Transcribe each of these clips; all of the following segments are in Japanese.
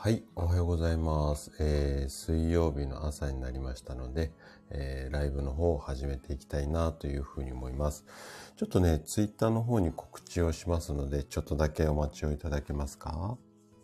はい、おはようございます。水曜日の朝になりましたので、ライブの方を始めていきたいなというふうに思います。ちょっとね、ツイッターの方に告知をしますので、ちょっとだけお待ちをいただけますか？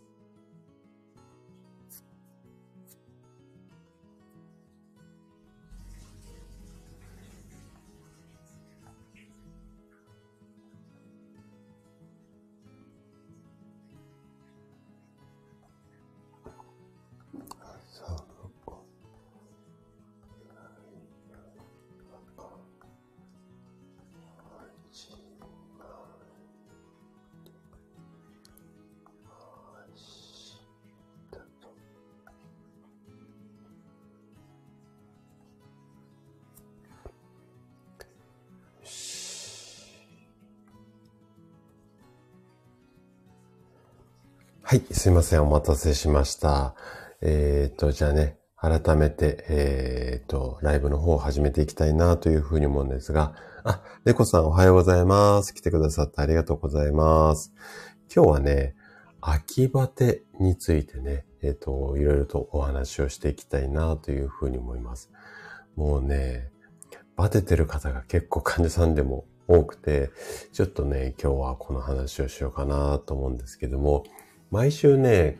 はい、すいません。お待たせしました。じゃあね、改めて、ライブの方を始めていきたいなというふうに思うんですが、猫さんおはようございます。来てくださってありがとうございます。今日はね、秋バテについてね、いろいろとお話をしていきたいなというふうに思います。もうね、バテてる方が結構患者さんでも多くて、ちょっとね、今日はこの話をしようかなと思うんですけども、毎週ね、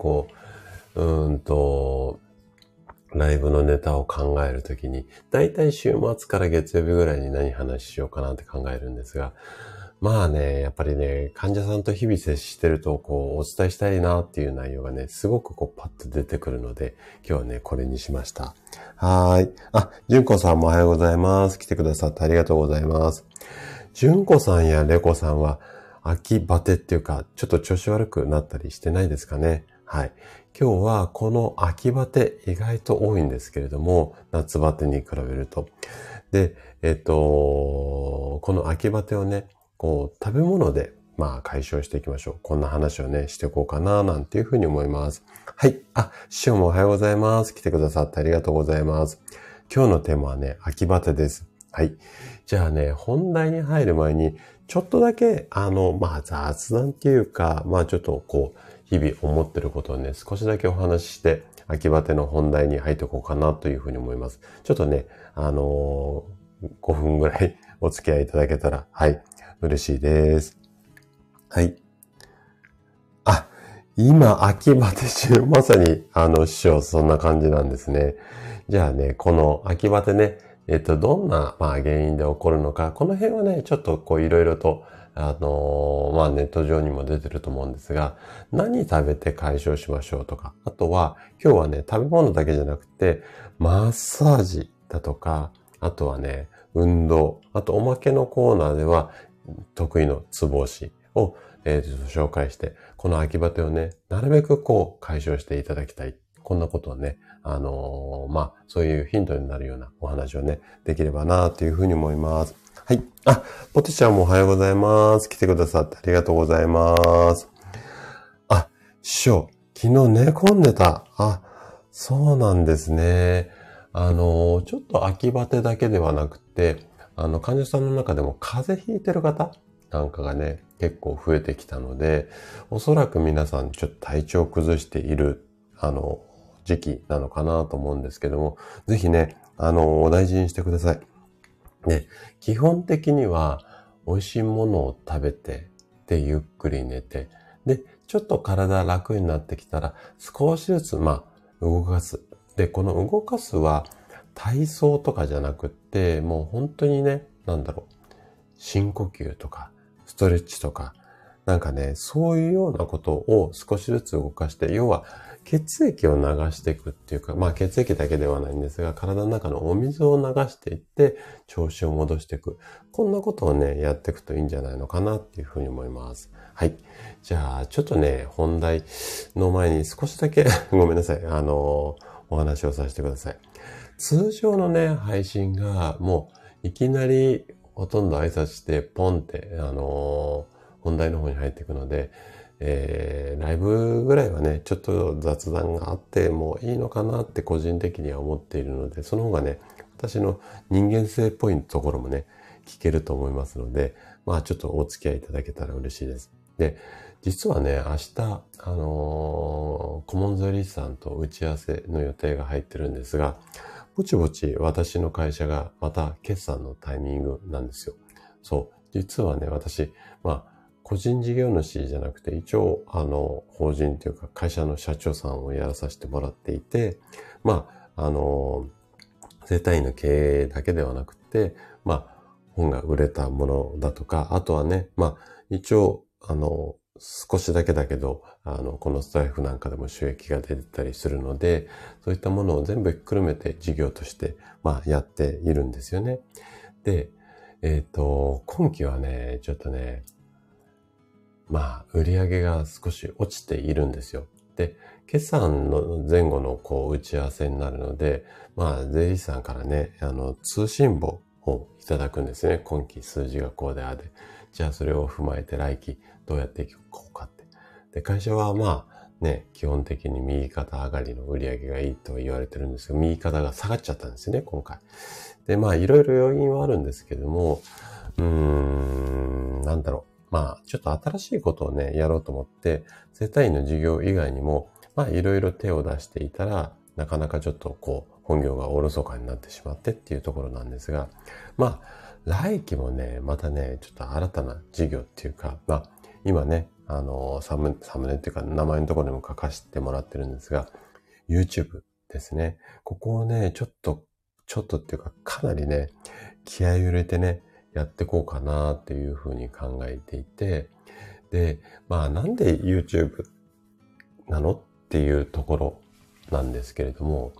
ライブのネタを考えるときに、だいたい週末から月曜日ぐらいに何話しようかなって考えるんですが、まあね、やっぱりね、患者さんと日々接してると、お伝えしたいなっていう内容がね、すごくパッと出てくるので、今日はね、これにしました。はーい。純子さんもおはようございます。来てくださってありがとうございます。純子さんやレコさんは、秋バテっていうか、ちょっと調子悪くなったりしてないですかね。はい。今日はこの秋バテ意外と多いんですけれども、夏バテに比べると。で、この秋バテをね、食べ物で、解消していきましょう。こんな話をね、していこうかな、なんていうふうに思います。はい。師匠もおはようございます。来てくださってありがとうございます。今日のテーマはね、秋バテです。はい。じゃあね、本題に入る前に、ちょっとだけ、雑談っていうか、ちょっと日々思ってることをね、少しだけお話しして、秋バテの本題に入っていこうかなというふうに思います。ちょっとね、5分ぐらいお付き合いいただけたら、はい、嬉しいです。はい。今、秋バテ中、まさに、師匠、そんな感じなんですね。じゃあね、この秋バテね、どんな、原因で起こるのか、この辺はね、ちょっといろいろと、ネット上にも出てると思うんですが、何食べて解消しましょうとか、あとは、今日はね、食べ物だけじゃなくて、マッサージだとか、あとはね、運動、あとおまけのコーナーでは、得意のツボ押しを、紹介して、この秋バテをね、なるべく解消していただきたい。こんなことをね、そういうヒントになるようなお話をね、できればなというふうに思います。はい。ポテちゃんもおはようございます。来てくださってありがとうございます。師匠、昨日寝込んでた。そうなんですね。ちょっと秋バテだけではなくて、患者さんの中でも風邪ひいてる方なんかがね、結構増えてきたので、おそらく皆さんちょっと体調を崩している、時期なのかなと思うんですけども、ぜひね、お大事にしてください。で、基本的には、美味しいものを食べて、で、ゆっくり寝て、で、ちょっと体楽になってきたら、少しずつ、動かす。で、この動かすは、体操とかじゃなくって、もう本当にね、深呼吸とか、ストレッチとか、なんかね、そういうようなことを少しずつ動かして、要は血液を流していくっていうか、血液だけではないんですが、体の中のお水を流していって、調子を戻していく。こんなことをね、やっていくといいんじゃないのかなっていうふうに思います。はい。じゃあ、ちょっとね、本題の前に少しだけごめんなさい。お話をさせてください。通常のね、配信がもういきなりほとんど挨拶してポンって、本題の方に入っていくので、ライブぐらいはね、ちょっと雑談があってもいいのかなって個人的には思っているので、その方がね、私の人間性っぽいところもね、聞けると思いますので、ちょっとお付き合いいただけたら嬉しいです。 で、実はね、明日、コモンズリーさんと打ち合わせの予定が入ってるんですが、ぼちぼち私の会社がまた決算のタイミングなんですよ。そう。実はね、私、個人事業主じゃなくて、一応、法人というか会社の社長さんをやらさせてもらっていて、整体院の経営だけではなくて、本が売れたものだとか、あとはね、一応、少しだけだけど、このスタイフなんかでも収益が出てたりするので、そういったものを全部ひっくるめて事業として、やっているんですよね。で、今期はね、ちょっとね、売り上げが少し落ちているんですよ。で、決算の前後の打ち合わせになるので、税理士さんからね、通信簿をいただくんですね。今期数字がこうであで。じゃあそれを踏まえて来期どうやっていこうかって。で、会社は基本的に右肩上がりの売り上げがいいと言われてるんですけど、右肩が下がっちゃったんですよね、今回。で、いろいろ要因はあるんですけども、なんだろう。ちょっと新しいことをね、やろうと思って、整体院の事業以外にも、いろいろ手を出していたら、なかなかちょっと本業がおろそかになってしまってっていうところなんですが、来期もね、またね、ちょっと新たな事業っていうか、今ね、サムネっていうか名前のところにも書かせてもらってるんですが、YouTube ですね。ここをね、ちょっとっていうか、かなりね、気合を入れてね、やっていこうかなっていうふうに考えていて、で、なんで YouTube なのっていうところなんですけれども、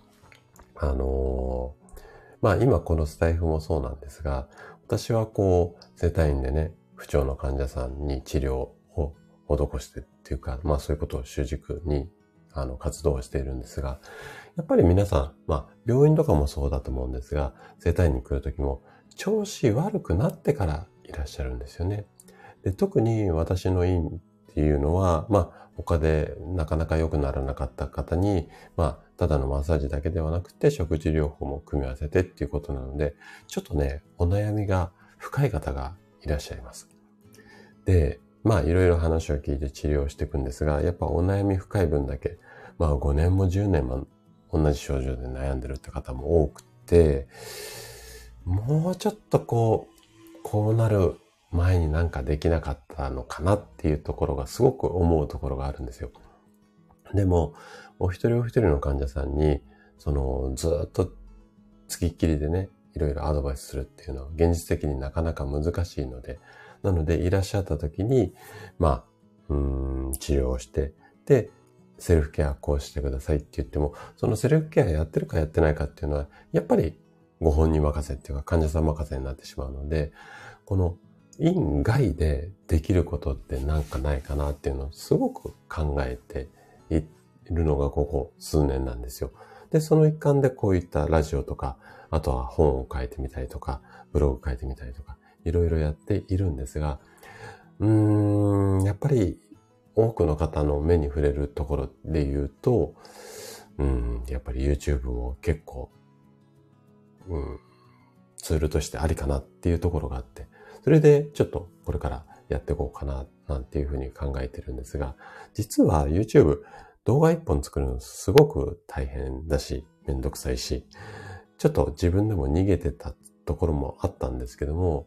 今このスタイフもそうなんですが、私は整体院でね、不調の患者さんに治療を施してっていうか、そういうことを主軸に、活動をしているんですが、やっぱり皆さん、病院とかもそうだと思うんですが、整体院に来るときも、調子悪くなってからいらっしゃるんですよね。で、特に私の院っていうのは、他でなかなか良くならなかった方に、ただのマッサージだけではなくて、食事療法も組み合わせてっていうことなので、ちょっとね、お悩みが深い方がいらっしゃいます。で、いろいろ話を聞いて治療していくんですが、やっぱお悩み深い分だけ、5年も10年も同じ症状で悩んでるって方も多くて、もうちょっとこうなる前になんかできなかったのかなっていうところがすごく思うところがあるんですよ。でも、お一人お一人の患者さんに、ずっと付きっきりでね、いろいろアドバイスするっていうのは現実的になかなか難しいので、なのでいらっしゃった時に、治療をして、で、セルフケアこうしてくださいって言っても、そのセルフケアやってるかやってないかっていうのは、やっぱりご本人任せっていうか患者さん任せになってしまうので、この院外でできることってなんかないかなっていうのをすごく考えているのがここ数年なんですよ。で、その一環でこういったラジオとか、あとは本を書いてみたりとか、ブログ書いてみたりとか、いろいろやっているんですが、やっぱり多くの方の目に触れるところで言うと、やっぱり YouTube を結構、ツールとしてありかなっていうところがあって、それでちょっとこれからやっていこうかな、なんていうふうに考えてるんですが、実は YouTube 動画一本作るのすごく大変だし、めんどくさいし、ちょっと自分でも逃げてたところもあったんですけども、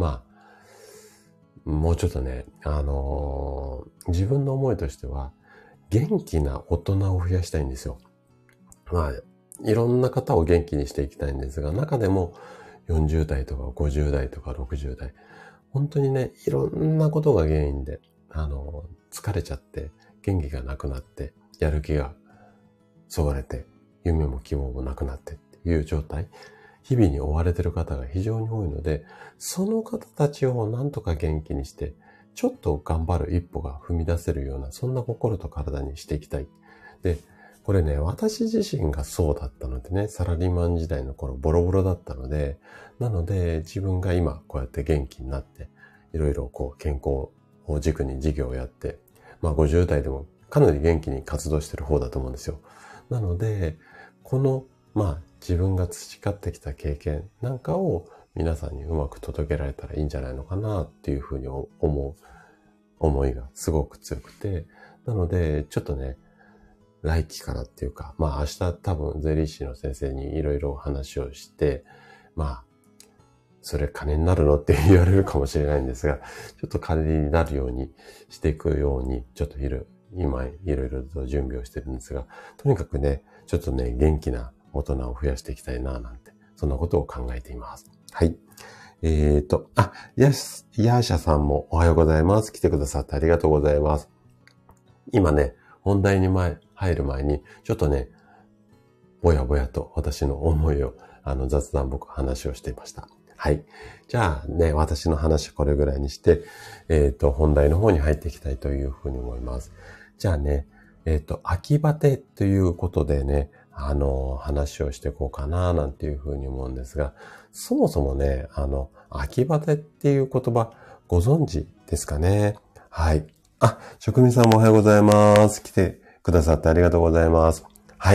もうちょっとね、自分の思いとしては、元気な大人を増やしたいんですよ。いろんな方を元気にしていきたいんですが、中でも40代とか50代とか60代、本当にね、いろんなことが原因で、疲れちゃって、元気がなくなって、やる気がそがれて、夢も希望もなくなってっていう状態、日々に追われている方が非常に多いので、その方たちをなんとか元気にして、ちょっと頑張る一歩が踏み出せるような、そんな心と体にしていきたい。で、これね、私自身がそうだったのでね、サラリーマン時代の頃ボロボロだったので、なので自分が今こうやって元気になって、いろいろ健康を軸に事業をやって、50代でもかなり元気に活動してる方だと思うんですよ。なので、この、自分が培ってきた経験なんかを皆さんにうまく届けられたらいいんじゃないのかなっていうふうに思う思いがすごく強くて、なので、ちょっとね、来期からっていうか、まあ明日多分税理士の先生にいろいろ話をして、まあ、それ金になるのって言われるかもしれないんですが、ちょっと金になるようにしていくように、ちょっと今いろいろと準備をしてるんですが、とにかくね、ちょっとね、元気な大人を増やしていきたいな、なんて、そんなことを考えています。はい。ヤーシャさんもおはようございます。来てくださってありがとうございます。今ね、本題に入る前に、ちょっとね、ぼやぼやと私の思いを、雑談僕話をしていました。はい。じゃあね、私の話これぐらいにして、本題の方に入っていきたいというふうに思います。じゃあね、秋バテということでね、話をしていこうかな、なんていうふうに思うんですが、そもそもね、秋バテっていう言葉ご存知ですかね。はい。あ、職人さんもおはようございます。来てくださってありがとうございます。はい。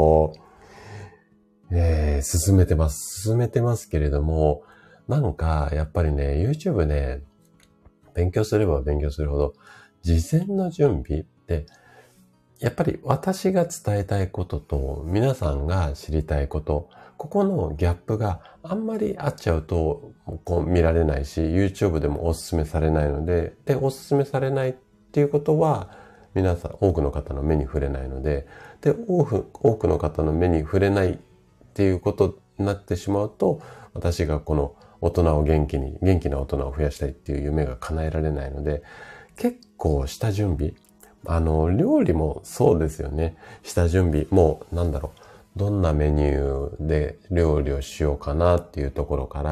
進めてます。進めてますけれども、なんか、やっぱりね、YouTube ね、勉強すれば勉強するほど、事前の準備って、やっぱり私が伝えたいことと、皆さんが知りたいこと、ここのギャップがあんまりあっちゃうと、こう見られないし、YouTube でもお勧めされないので、お勧めされないっていうことは、皆さん、多くの方の目に触れないので、多くの方の目に触れないっていうことになってしまうと、私がこの大人を元気な大人を増やしたいっていう夢が叶えられないので、結構下準備、料理もそうですよね。下準備、もうどんなメニューで料理をしようかなっていうところから、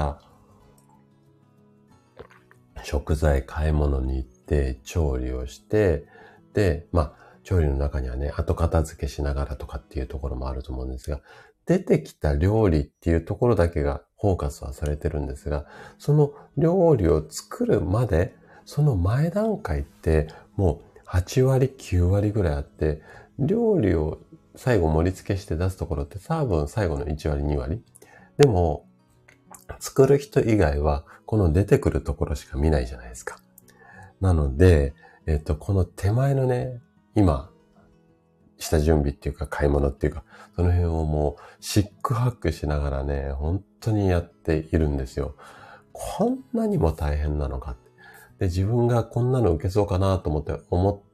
食材買い物に行って、調理をして、で、調理の中にはね、後片付けしながらとかっていうところもあると思うんですが、出てきた料理っていうところだけがフォーカスはされてるんですが、その料理を作るまで、その前段階ってもう8割、9割ぐらいあって、料理を最後盛り付けして出すところって多分最後の1割、2割。でも、作る人以外はこの出てくるところしか見ないじゃないですか。なので、この手前のね、今、下準備っていうか買い物っていうか、その辺をもうシックハックしながらね、本当にやっているんですよ。こんなにも大変なのかって。で、自分がこんなの受けそうかなと思って、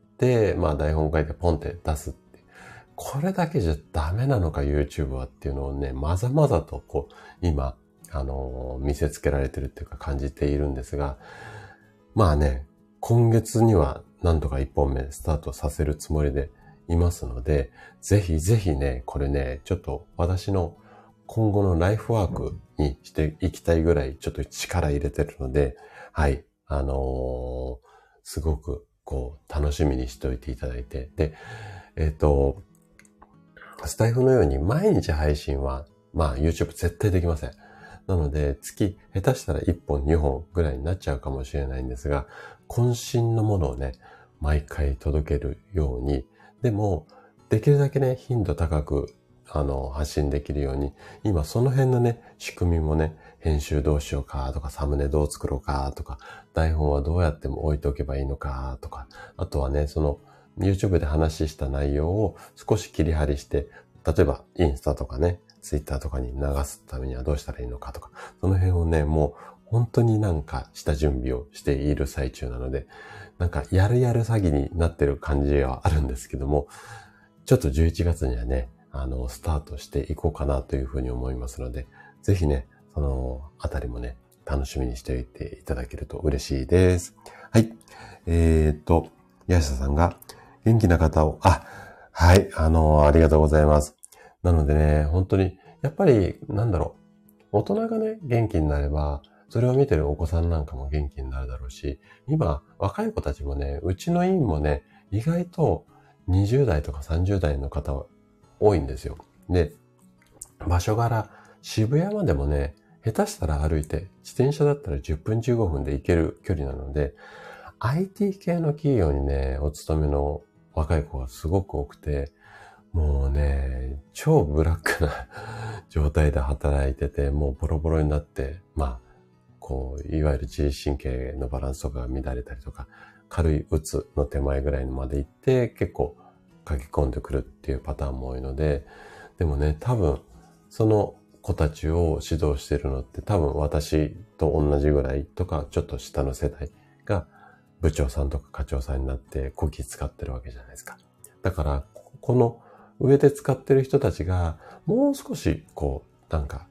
台本書いてポンって出すって。これだけじゃダメなのか YouTube はっていうのをね、まざまざと今、見せつけられてるっていうか感じているんですが、今月には何とか1本目スタートさせるつもりでいますので、ぜひぜひね、これね、ちょっと私の今後のライフワークにしていきたいぐらいちょっと力入れてるので、はい、すごく楽しみにしておいていただいて、で、スタイフのように毎日配信は、YouTube 絶対できません。なので、月、下手したら1本2本ぐらいになっちゃうかもしれないんですが、渾身のものをね、毎回届けるように、でも、できるだけね、頻度高く、発信できるように、今その辺のね、仕組みもね、編集どうしようかとか、サムネどう作ろうかとか、台本はどうやっても置いておけばいいのかとか、あとはね、YouTube で話した内容を少し切り張りして、例えばインスタとかね、ツイッターとかに流すためにはどうしたらいいのかとか、その辺をね、もう本当に下準備をしている最中なので、やる詐欺になってる感じはあるんですけども、ちょっと11月にはね、スタートしていこうかなというふうに思いますので、ぜひね、そのあたりもね、楽しみにしておいていただけると嬉しいです。はい。ヤシタさんが、元気な方を、はい、ありがとうございます。なのでね、本当に、やっぱり、大人がね、元気になれば、それを見てるお子さんなんかも元気になるだろうし、今、若い子たちもね、うちの院もね、意外と20代とか30代の方は多いんですよ。で、場所柄、渋谷までもね、下手したら歩いて、自転車だったら10分15分で行ける距離なので、IT 系の企業にね、お勤めの若い子がすごく多くて、もうね、超ブラックな状態で働いてて、もうボロボロになって、いわゆる自律神経のバランスとかが乱れたりとか、 軽い鬱の手前ぐらいまで行って結構書き込んでくるっていうパターンも多いので、でもね、多分その子たちを指導してるのって多分私と同じぐらいとかちょっと下の世代が部長さんとか課長さんになってこき使ってるわけじゃないですか。だからこの上で使ってる人たちがもう少しなんだ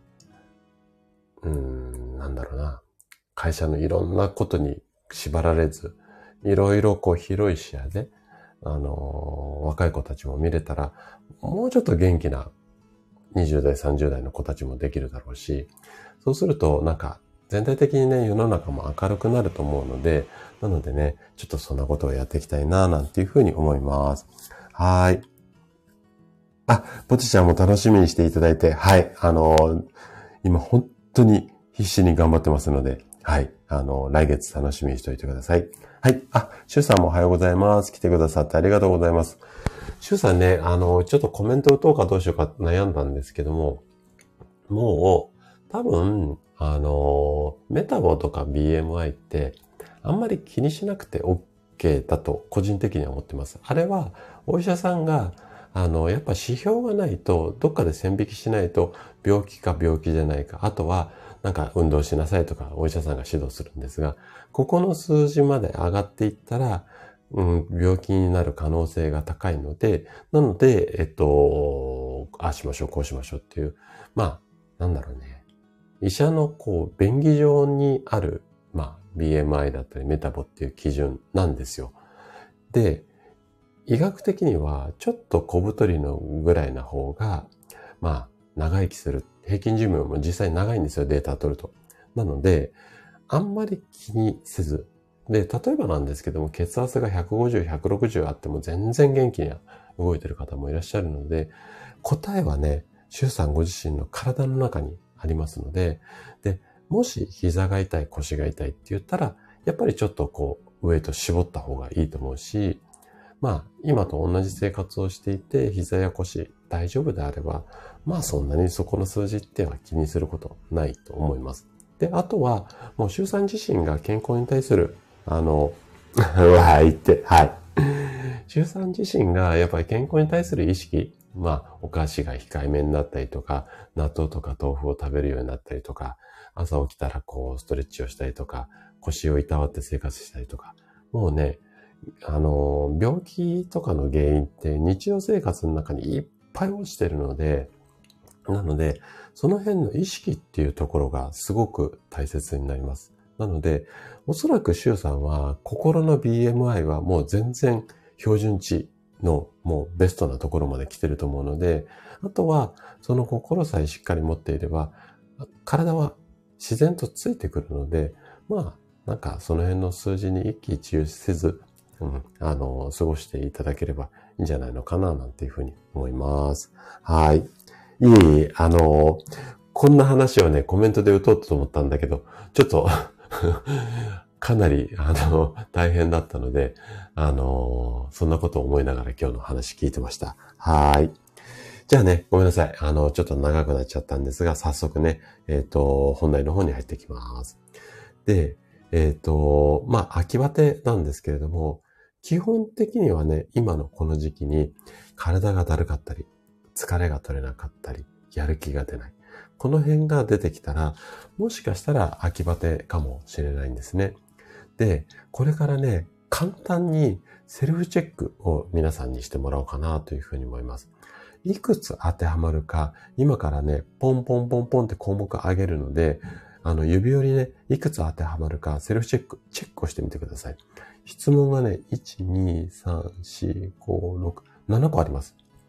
ろうな、会社のいろんなことに縛られず、いろいろ広い視野で、若い子たちも見れたら、もうちょっと元気な20代、30代の子たちもできるだろうし、そうすると全体的にね、世の中も明るくなると思うので、なのでね、ちょっとそんなことをやっていきたいな、なんていうふうに思います。はい。ポテちゃんも楽しみにしていただいて、はい。今本当に必死に頑張ってますので、はい。来月楽しみにしておいてください。はい。シュウさんもおはようございます。来てくださってありがとうございます。シュウさんね、ちょっとコメント打とうかどうしようか悩んだんですけども、もう、多分、メタボとか BMI って、あんまり気にしなくて OK だと個人的には思ってます。あれは、お医者さんが、やっぱ指標がないと、どっかで線引きしないと、病気か病気じゃないか、あとは、運動しなさいとか、お医者さんが指導するんですが、ここの数字まで上がっていったら、病気になる可能性が高いので、なので、ああしましょう、こうしましょうっていう、医者の便宜上にある、BMI だったりメタボっていう基準なんですよ。で、医学的にはちょっと小太りのぐらいな方が、長生きする。平均寿命も実際長いんですよ、データ取ると。なので、あんまり気にせず。で、例えばなんですけども、血圧が150、160あっても全然元気に動いてる方もいらっしゃるので、答えはね、シュウさんご自身の体の中にありますので、で、もし膝が痛い、腰が痛いって言ったら、やっぱりちょっとウエイト絞った方がいいと思うし、今と同じ生活をしていて、膝や腰大丈夫であれば、そんなにそこの数字っては気にすることないと思います。で、あとは、もうシュウさん自身が健康に対する、はいって、はい。シュウさん自身がやっぱり健康に対する意識、お菓子が控えめになったりとか、納豆とか豆腐を食べるようになったりとか、朝起きたらストレッチをしたりとか、腰をいたわって生活したりとか、もうね、病気とかの原因って日常生活の中にいっぱい落ちてるので、なので、その辺の意識っていうところがすごく大切になります。なので、おそらくシュウさんは心の BMI はもう全然標準値のもうベストなところまで来てると思うので、あとはその心さえしっかり持っていれば、体は自然とついてくるので、その辺の数字に一喜一憂せず、過ごしていただければいいんじゃないのかな、なんていうふうに思います。はい。いえいえ、こんな話をね、コメントで打とうと思ったんだけど、ちょっとかなり、大変だったので、そんなことを思いながら今日の話聞いてました。はい。じゃあね、ごめんなさい。ちょっと長くなっちゃったんですが、早速ね、本題の方に入っていきます。で、秋バテなんですけれども、基本的にはね、今のこの時期に体がだるかったり、疲れが取れなかったり、やる気が出ない。この辺が出てきたら、もしかしたら秋バテかもしれないんですね。で、これからね、簡単にセルフチェックを皆さんにしてもらおうかなというふうに思います。いくつ当てはまるか、今からね、ポンポンポンポンって項目上げるので、指折りね、いくつ当てはまるか、セルフチェックをしてみてください。質問がね、1、2、3、4、5、6、7個あります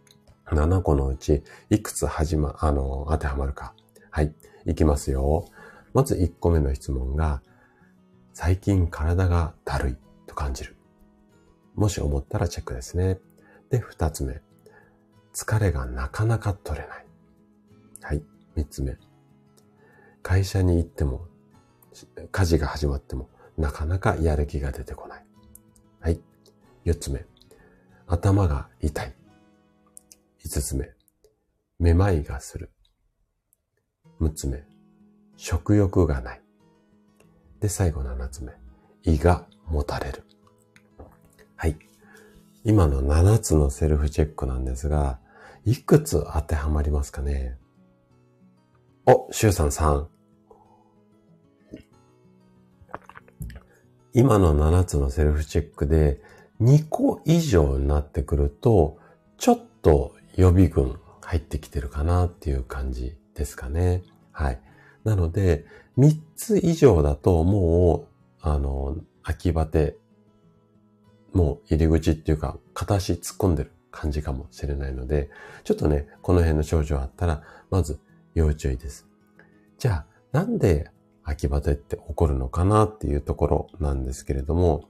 。7個のうち、いくつ当てはまるか。はい。いきますよ。まず1個目の質問が、最近体がだるいと感じる。もし思ったらチェックですね。で、2つ目。疲れがなかなか取れない。はい。3つ目。会社に行っても、家事が始まっても、なかなかやる気が出てこない。はい。4つ目。頭が痛い。5つ目。めまいがする。6つ目。食欲がない。で、最後7つ目。胃がもたれる。 はい。今の7つのセルフチェックなんですが、いくつ当てはまりますかね？お、シュウさん3。今の7つのセルフチェックで2個以上になってくると、ちょっと予備軍入ってきてるかなっていう感じですかね。はい。なので、3つ以上だともう、秋バテ、もう入り口っていうか、片足突っ込んでる感じかもしれないので、ちょっとね、この辺の症状あったら、まず要注意です。じゃあ、なんで秋バテって起こるのかなっていうところなんですけれども、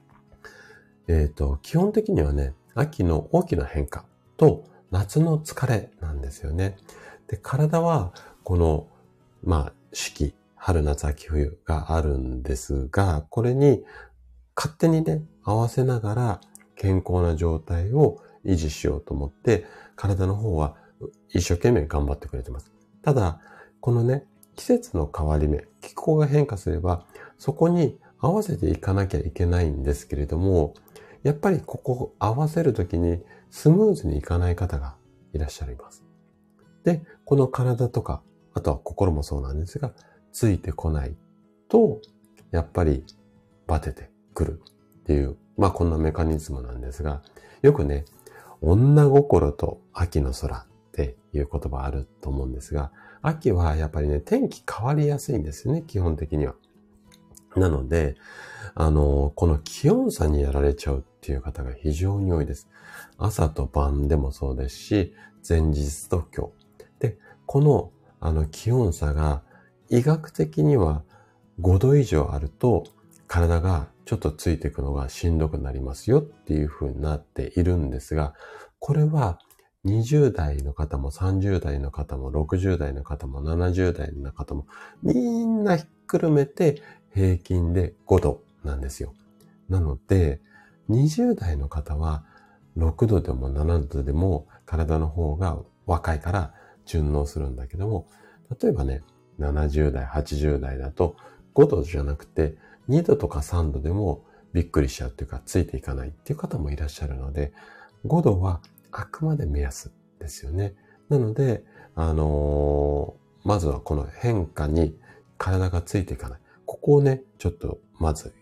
基本的にはね、秋の大きな変化と夏の疲れなんですよね。で、体は、この、四季、春、夏、秋、冬があるんですが、これに勝手にね、合わせながら健康な状態を維持しようと思って、体の方は一生懸命頑張ってくれてます。ただ、このね、季節の変わり目、気候が変化すれば、そこに合わせていかなきゃいけないんですけれども、やっぱりここを合わせるときにスムーズにいかない方がいらっしゃいます。で、この体とか、あとは心もそうなんですが、ついてこないと、やっぱりバテてくるっていう、こんなメカニズムなんですが、よくね、女心と秋の空っていう言葉あると思うんですが、秋はやっぱりね、天気変わりやすいんですよね、基本的には。なので、この気温差にやられちゃうっていう方が非常に多いです。朝と晩でもそうですし、前日と今日。で、この、気温差が医学的には5度以上あると体がちょっとついていくのがしんどくなりますよっていう風になっているんですが、これは20代の方も30代の方も60代の方も70代の方もみんなひっくるめて平均で5度なんですよ。なので、20代の方は6度でも7度でも体の方が若いから順応するんだけども、例えばね、70代、80代だと5度じゃなくて2度とか3度でもびっくりしちゃうっていうかついていかないっていう方もいらっしゃるので、5度はあくまで目安ですよね。なので、まずはこの変化に体がついていかない。ここをね、ちょっとまず、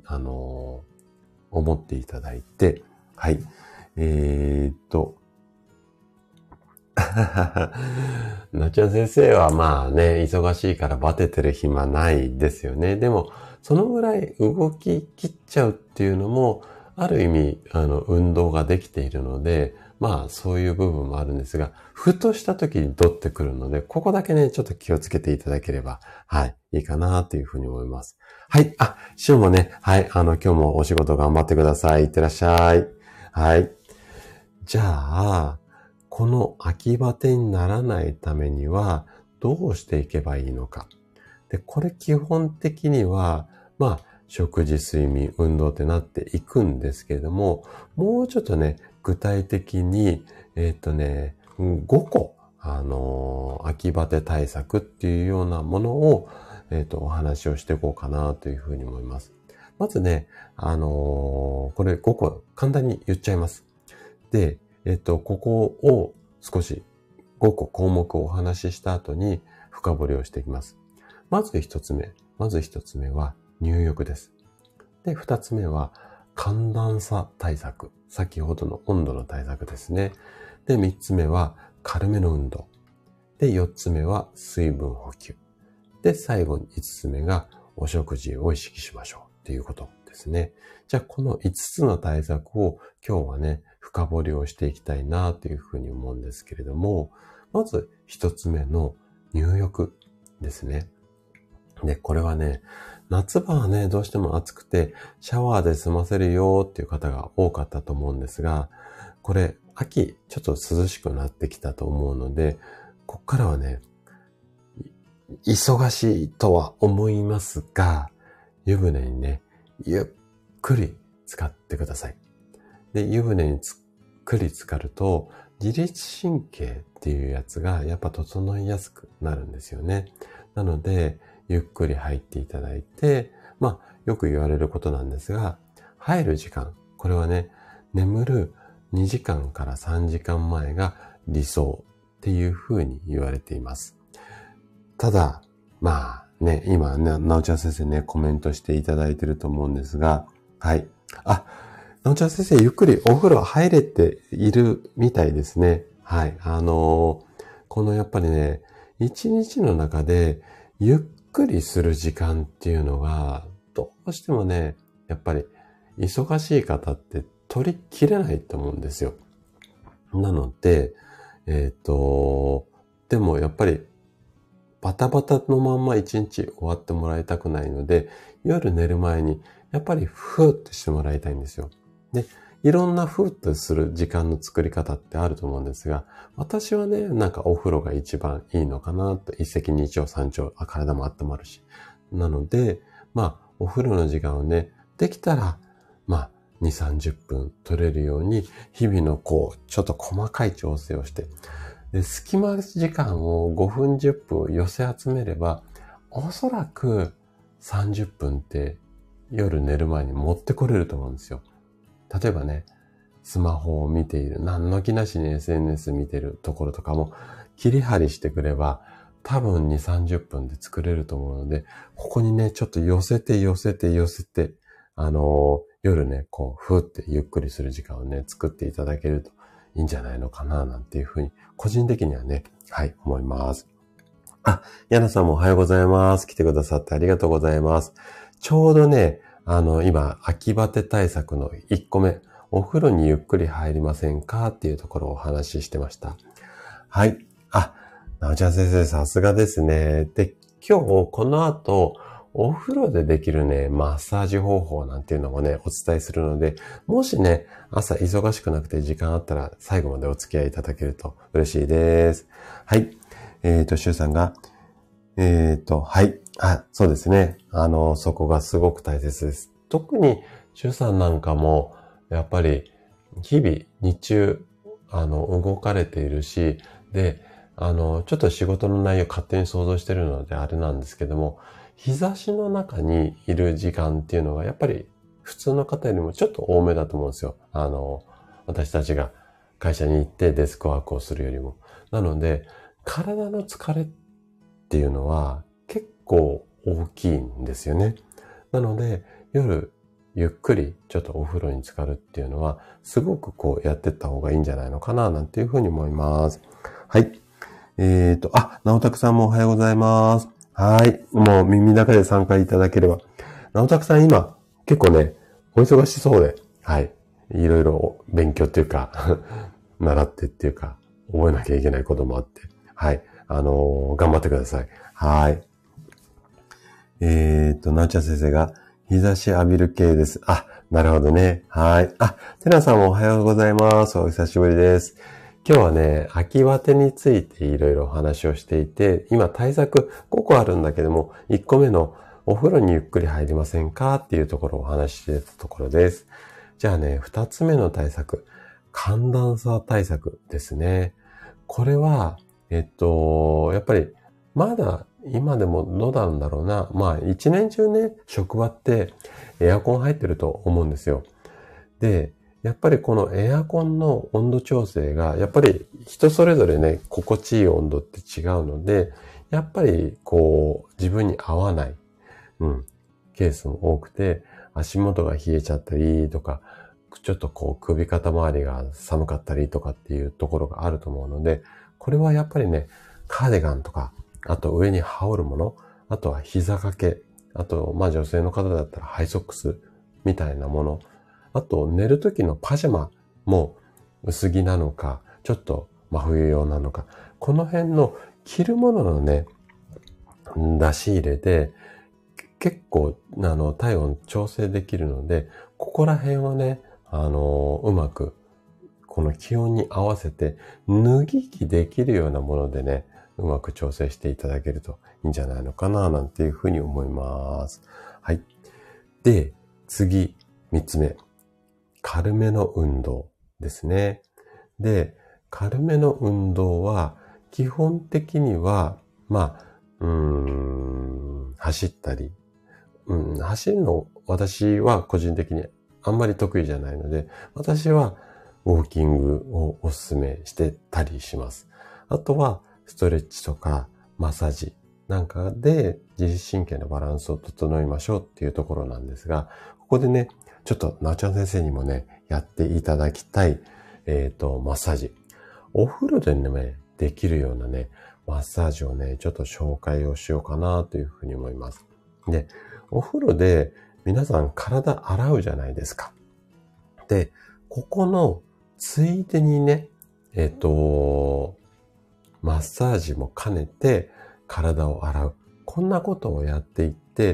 思っていただいて、はい。なちゃん先生は忙しいからバテてる暇ないですよね。でも、そのぐらい動き切っちゃうっていうのも、ある意味、運動ができているので、そういう部分もあるんですが、ふとした時にドってくるので、ここだけね、ちょっと気をつけていただければ、はい、いいかなというふうに思います。はい、シオもね、はい、今日もお仕事頑張ってください。いってらっしゃい。はい。じゃあ、この秋バテにならないためには、どうしていけばいいのか。で、これ基本的には、食事、睡眠、運動ってなっていくんですけれども、もうちょっとね、具体的に、5個、秋バテ対策っていうようなものを、お話をしていこうかなというふうに思います。まずね、これ5個簡単に言っちゃいます。で、ここを少し5個項目をお話しした後に深掘りをしていきます。まず一つ目は入浴です。で、二つ目は寒暖差対策。先ほどの温度の対策ですね。で、三つ目は軽めの運動。で、四つ目は水分補給。で、最後に五つ目がお食事を意識しましょうっていうことですね。じゃあ、この5つの対策を今日はね、深掘りをしていきたいなというふうに思うんですけれども、まず一つ目の入浴ですね。で、これはね、夏場はね、どうしても暑くてシャワーで済ませるよっていう方が多かったと思うんですが、これ秋ちょっと涼しくなってきたと思うので、こっからはね、忙しいとは思いますが、湯船にね、ゆっくり使ってください。で、湯船につっくり浸かると、自律神経っていうやつがやっぱ整いやすくなるんですよね。なので、ゆっくり入っていただいて、よく言われることなんですが、入る時間これはね、眠る2時間から3時間前が理想っていうふうに言われています。ただ、まあね、今ね、なおちゃん先生ね、コメントしていただいてると思うんですが、はい。あ、なおちゃん先生、ゆっくりお風呂入れているみたいですね。はい。このやっぱりね、一日の中でゆっくりする時間っていうのが、どうしてもね、やっぱり忙しい方って取り切れないと思うんですよ。なので、でもやっぱりバタバタのまんま一日終わってもらいたくないので、夜寝る前にやっぱりふーってしてもらいたいんですよ。で、いろんなふーっとする時間の作り方ってあると思うんですが、私はね、なんかお風呂が一番いいのかなと、一石二鳥三鳥、体も温まるし。なので、まあ、お風呂の時間をね、できたら、まあ、2、30分取れるように、日々のちょっと細かい調整をして、で、隙間時間を5分10分寄せ集めれば、おそらく30分って夜寝る前に持ってこれると思うんですよ。例えばね、スマホを見ている、何の気なしに SNS 見てるところとかも、切り張りしてくれば、多分2、30分で作れると思うので、ここにね、ちょっと寄せて、夜ね、ふーってゆっくりする時間をね、作っていただけるといいんじゃないのかな、なんていうふうに、個人的にはね、はい、思います。あ、ヤナさんもおはようございます。来てくださってありがとうございます。ちょうどね、今、秋バテ対策の1個目、お風呂にゆっくり入りませんかっていうところをお話ししてました。はい。あ、なおちゃん先生、さすがですね。で、今日、この後、お風呂でできるね、マッサージ方法なんていうのもね、お伝えするので、もしね、朝忙しくなくて時間あったら、最後までお付き合いいただけると嬉しいです。はい。シュウさんが、はい。あ、そうですね。そこがすごく大切です。特に、シュウさんなんかも、やっぱり、日々、日中、動かれているし、で、ちょっと仕事の内容勝手に想像してるのであれなんですけども、日差しの中にいる時間っていうのが、やっぱり普通の方よりもちょっと多めだと思うんですよ。私たちが会社に行ってデスクワークをするよりも。なので、体の疲れっていうのは結構大きいんですよね。なので、夜、ゆっくりちょっとお風呂に浸かるっていうのは、すごくやってった方がいいんじゃないのかな、なんていうふうに思います。はい。なおたくさんもおはようございます。はい。もう耳の中で参加いただければ。なおたくさん今、結構ね、お忙しそうで、はい。いろいろ勉強っていうか習ってっていうか、覚えなきゃいけないこともあって、はい。頑張ってください。はい。なおちゃん先生が、日差し浴びる系です。あ、なるほどね。はい。あ、てなさんもおはようございます。お久しぶりです。今日はね、秋バテについていろいろお話をしていて、今対策5個あるんだけども、1個目のお風呂にゆっくり入りませんかっていうところをお話ししてたところです。じゃあね、2つ目の対策、寒暖差対策ですね。これは、やっぱりまだ今でもどうなんだろうな。まあ一年中ね、職場ってエアコン入ってると思うんですよ。で、やっぱりこのエアコンの温度調整が、やっぱり人それぞれね、心地いい温度って違うので、やっぱり自分に合わない、ケースも多くて、足元が冷えちゃったりとか、ちょっと首肩周りが寒かったりとかっていうところがあると思うので、これはやっぱりね、カーディガンとか、あと上に羽織るもの、あとは膝掛け、あと、まあ女性の方だったらハイソックスみたいなもの、あと寝る時のパジャマも薄着なのか、ちょっと真冬用なのか、この辺の着るもののね、出し入れで結構体温調整できるので、ここら辺をね、うまくこの気温に合わせて脱ぎ着できるようなものでね、うまく調整していただけるといいんじゃないのかな、なんていうふうに思います。はい。で、次、3つ目。軽めの運動ですね。で、軽めの運動は、基本的には、まあ、走ったり、走るの、私は個人的にあんまり得意じゃないので、私はウォーキングをお勧めしてたりします。あとは、ストレッチとかマッサージなんかで自律神経のバランスを整えましょうっていうところなんですが、ここでね、ちょっとなおちゃん先生にもね、やっていただきたい、マッサージ。お風呂でね、できるようなね、マッサージをね、ちょっと紹介をしようかなというふうに思います。で、お風呂で皆さん体洗うじゃないですか。で、ここのついでにね、マッサージも兼ねて体を洗う。こんなことをやっていって、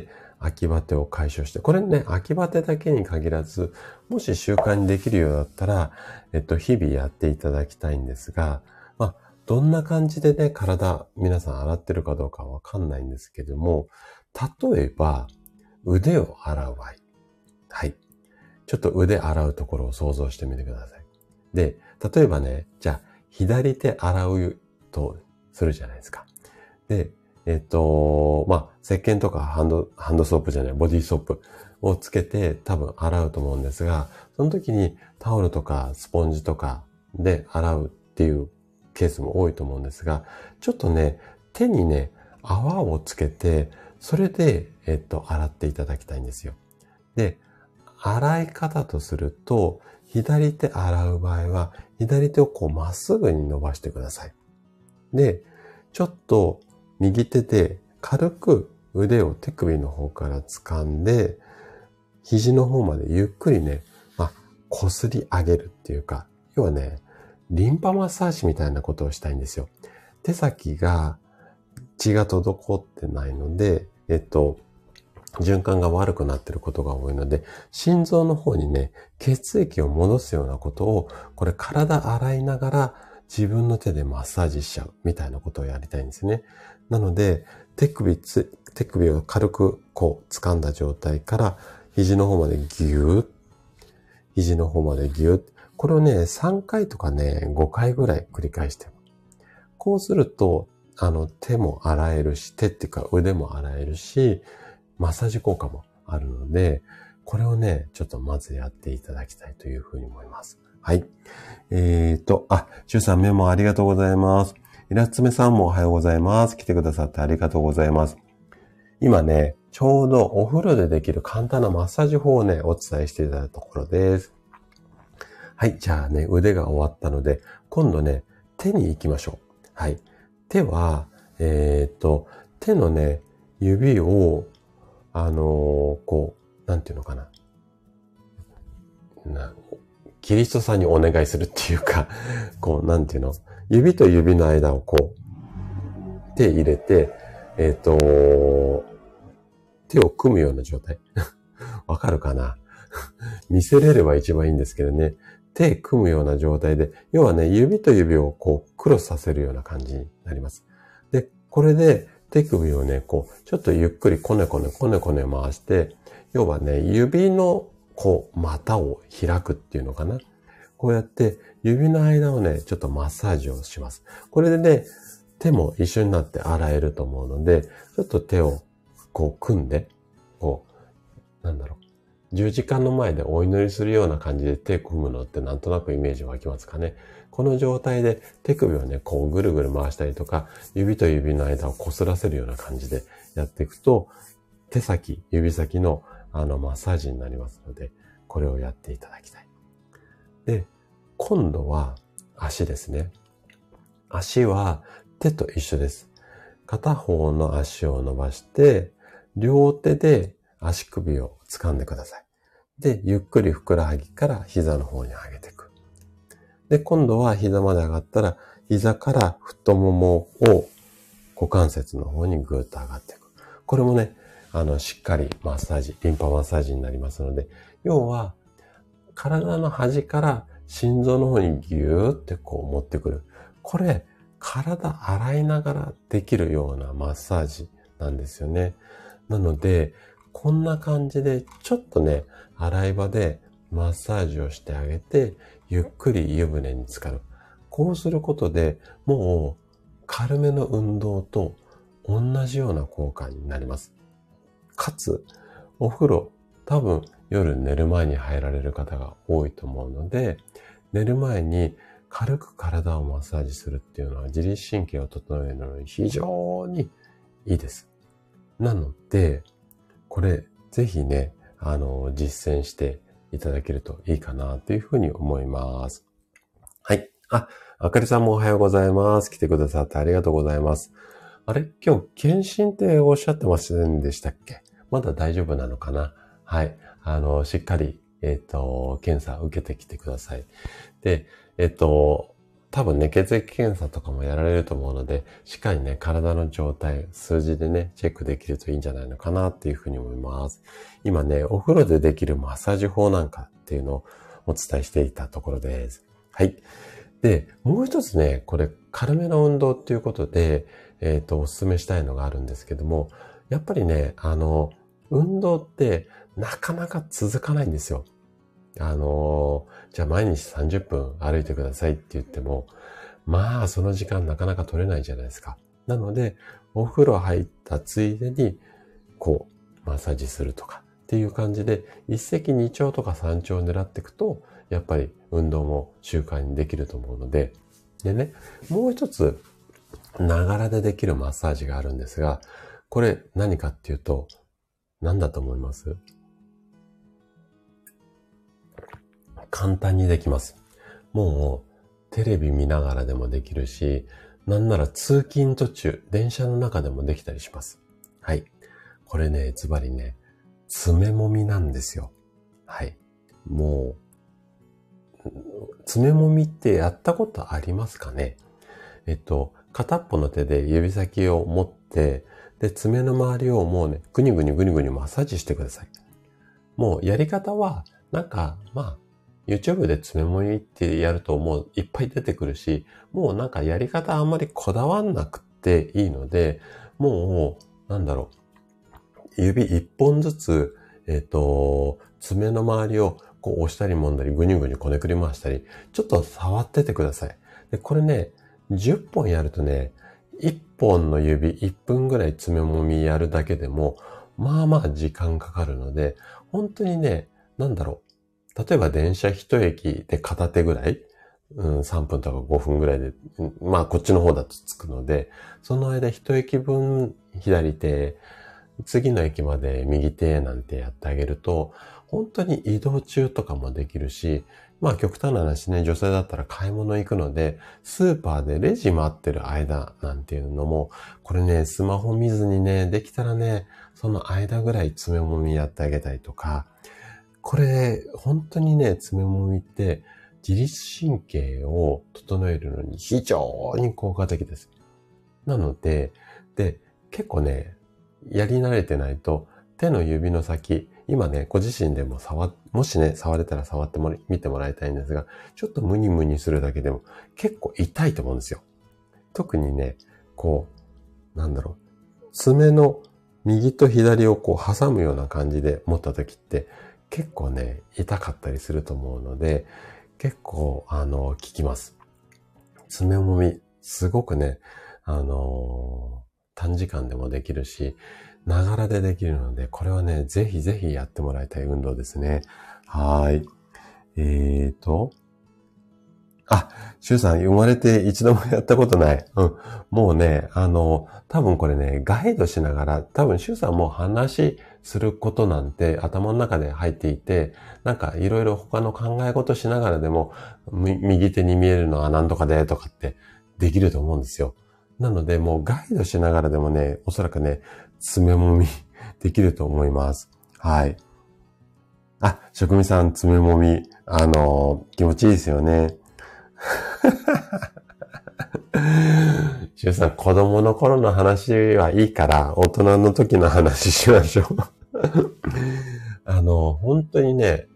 秋バテを解消して、これね、秋バテだけに限らず、もし習慣にできるようだったら、日々やっていただきたいんですが、まあ、どんな感じでね、体、皆さん洗ってるかどうかわかんないんですけども、例えば、腕を洗う場合。はい。ちょっと腕洗うところを想像してみてください。で、例えばね、じゃあ、左手洗うとするじゃないですか。で、まあ、石鹸とかハンドソープじゃない、ボディーソープをつけて多分洗うと思うんですが、その時にタオルとかスポンジとかで洗うっていうケースも多いと思うんですが、ちょっとね、手にね、泡をつけて、それで、洗っていただきたいんですよ。で、洗い方とすると、左手洗う場合は、左手をこうまっすぐに伸ばしてください。で、ちょっと右手で軽く腕を手首の方から掴んで、肘の方までゆっくりね、擦り上げるっていうか、要はね、リンパマッサージみたいなことをしたいんですよ。手先が血が滞ってないので、循環が悪くなっていることが多いので、心臓の方にね、血液を戻すようなことを、これ体洗いながら自分の手でマッサージしちゃうみたいなことをやりたいんですね。なので、手首を軽くこう掴んだ状態から肘の方までギュー肘の方までギューこれをね、3回とかね、5回ぐらい繰り返してこうすると、手も洗えるし、手っていうか腕も洗えるし、マッサージ効果もあるので、これをね、ちょっとまずやっていただきたいというふうに思います。はい。シュウさんメモありがとうございます。イラツメさんもおはようございます。来てくださってありがとうございます。今ね、ちょうどお風呂でできる簡単なマッサージ法をね、お伝えしていただいたところです。はい。じゃあね、腕が終わったので、今度ね、手に行きましょう。はい。手は、手のね、指を、こう、なんていうのかな。キリストさんにお願いするっていうか、こう、なんていうの。指と指の間をこう、手入れて、手を組むような状態。わかるかな見せれれば一番いいんですけどね。手組むような状態で、要はね、指と指をこう、クロスさせるような感じになります。で、これで手首をね、こう、ちょっとゆっくりコネコネ回して、要はね、指のこう、股を開くっていうのかな。こうやって指の間をね、ちょっとマッサージをします。これでね、手も一緒になって洗えると思うので、ちょっと手をこう組んで、こう、十字架の前でお祈りするような感じで手組むのってなんとなくイメージ湧きますかね。この状態で手首をね、こうぐるぐる回したりとか、指と指の間を擦らせるような感じでやっていくと、手先、指先のマッサージになりますので、これをやっていただきたい。で、今度は足ですね。足は手と一緒です。片方の足を伸ばして、両手で足首を掴んでください。で、ゆっくりふくらはぎから膝の方に上げていく。で、今度は膝まで上がったら、膝から太ももを股関節の方にぐーっと上がっていく。これもね、しっかりマッサージ、リンパマッサージになりますので、要は、体の端から心臓の方にギューってこう持ってくる。これ、体洗いながらできるようなマッサージなんですよね。なので、こんな感じで、ちょっとね、洗い場でマッサージをしてあげて、ゆっくり湯船に浸かる。こうすることで、もう軽めの運動と同じような効果になります。かつ、お風呂、多分夜寝る前に入られる方が多いと思うので、寝る前に軽く体をマッサージするっていうのは自律神経を整えるのに非常にいいです。なので、これぜひね、実践していただけるといいかなというふうに思います。はい。あかりさんもおはようございます。来てくださってありがとうございます。あれ今日、検診っておっしゃってませんでしたっけ？まだ大丈夫なのかな？はい。しっかり、検査受けてきてください。で、多分ね、血液検査とかもやられると思うので、しっかりね、体の状態、数字でね、チェックできるといいんじゃないのかなっていうふうに思います。今ね、お風呂でできるマッサージ法なんかっていうのをお伝えしていたところです。はい。で、もう一つね、これ軽めの運動っていうことで、お勧めしたいのがあるんですけども、やっぱりね、運動ってなかなか続かないんですよ。じゃあ毎日30分歩いてくださいって言っても、まあその時間なかなか取れないじゃないですか。なので、お風呂入ったついでに、マッサージするとかっていう感じで、一石二鳥とか三鳥を狙っていくと、やっぱり運動も習慣にできると思うので、でね、もう一つ、ながらでできるマッサージがあるんですが、これ何かっていうと、何だと思います？簡単にできます。もう、テレビ見ながらでもできるし、なんなら通勤途中、電車の中でもできたりします。はい。これね、ズバリね、爪もみなんですよ。はい。もう、爪もみってやったことありますかね？片っぽの手で指先を持って、で、爪の周りをもうね、ぐにぐにぐにぐにマッサージしてください。もうやり方は、YouTube で爪もみってやるともういっぱい出てくるし、もうやり方あんまりこだわんなくていいので、もう、指一本ずつ、爪の周りを押したり揉んだり、ぐにぐにこねくり回したり、ちょっと触っててください。で、これね、10本やるとね、1本の指1分ぐらい爪もみやるだけでも、まあまあ時間かかるので、本当にね、例えば電車一駅で片手ぐらい、3分とか5分ぐらいで、まあこっちの方だと着くので、その間一駅分左手、次の駅まで右手なんてやってあげると、本当に移動中とかもできるし、まあ極端な話ね、女性だったら買い物行くので、スーパーでレジ待ってる間なんていうのも、これね、スマホ見ずにね、できたらね、その間ぐらい爪もみやってあげたりとか、これ、本当にね、爪もみって自律神経を整えるのに非常に効果的です。なので、結構ね、やり慣れてないと手の指の先、今ね、ご自身でももしね、触れたら触ってみてもらいたいんですが、ちょっとムニムニするだけでも結構痛いと思うんですよ。特にね、爪の右と左を挟むような感じで持った時って結構ね、痛かったりすると思うので、結構、効きます。爪もみ、すごくね、短時間でもできるし、ながらでできるので、これはね、ぜひぜひやってもらいたい運動ですね。はい。シュウさん、生まれて一度もやったことない。もうね、多分これね、ガイドしながら、多分シュウさんも話することなんて頭の中で入っていて、いろいろ他の考え事しながらでも、右手に見えるのは何とかでとかってできると思うんですよ。なので、もうガイドしながらでもね、おそらくね、爪もみできると思います。はい。職味さん、爪もみ、気持ちいいですよね。シュウさん、子供の頃の話はいいから、大人の時の話しましょう。本当にね、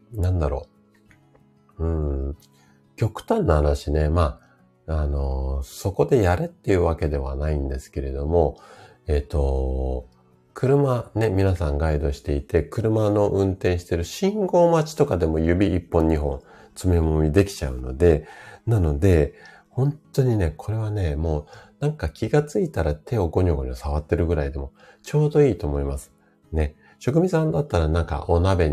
極端な話ね、そこでやれっていうわけではないんですけれども、車ね、皆さんガイドしていて、車の運転してる信号待ちとかでも指1本2本爪もみできちゃうので、なので、本当にね、これはね、もう気がついたら手をゴニョゴニョ触ってるぐらいでもちょうどいいと思います。ね。職味さんだったらお鍋に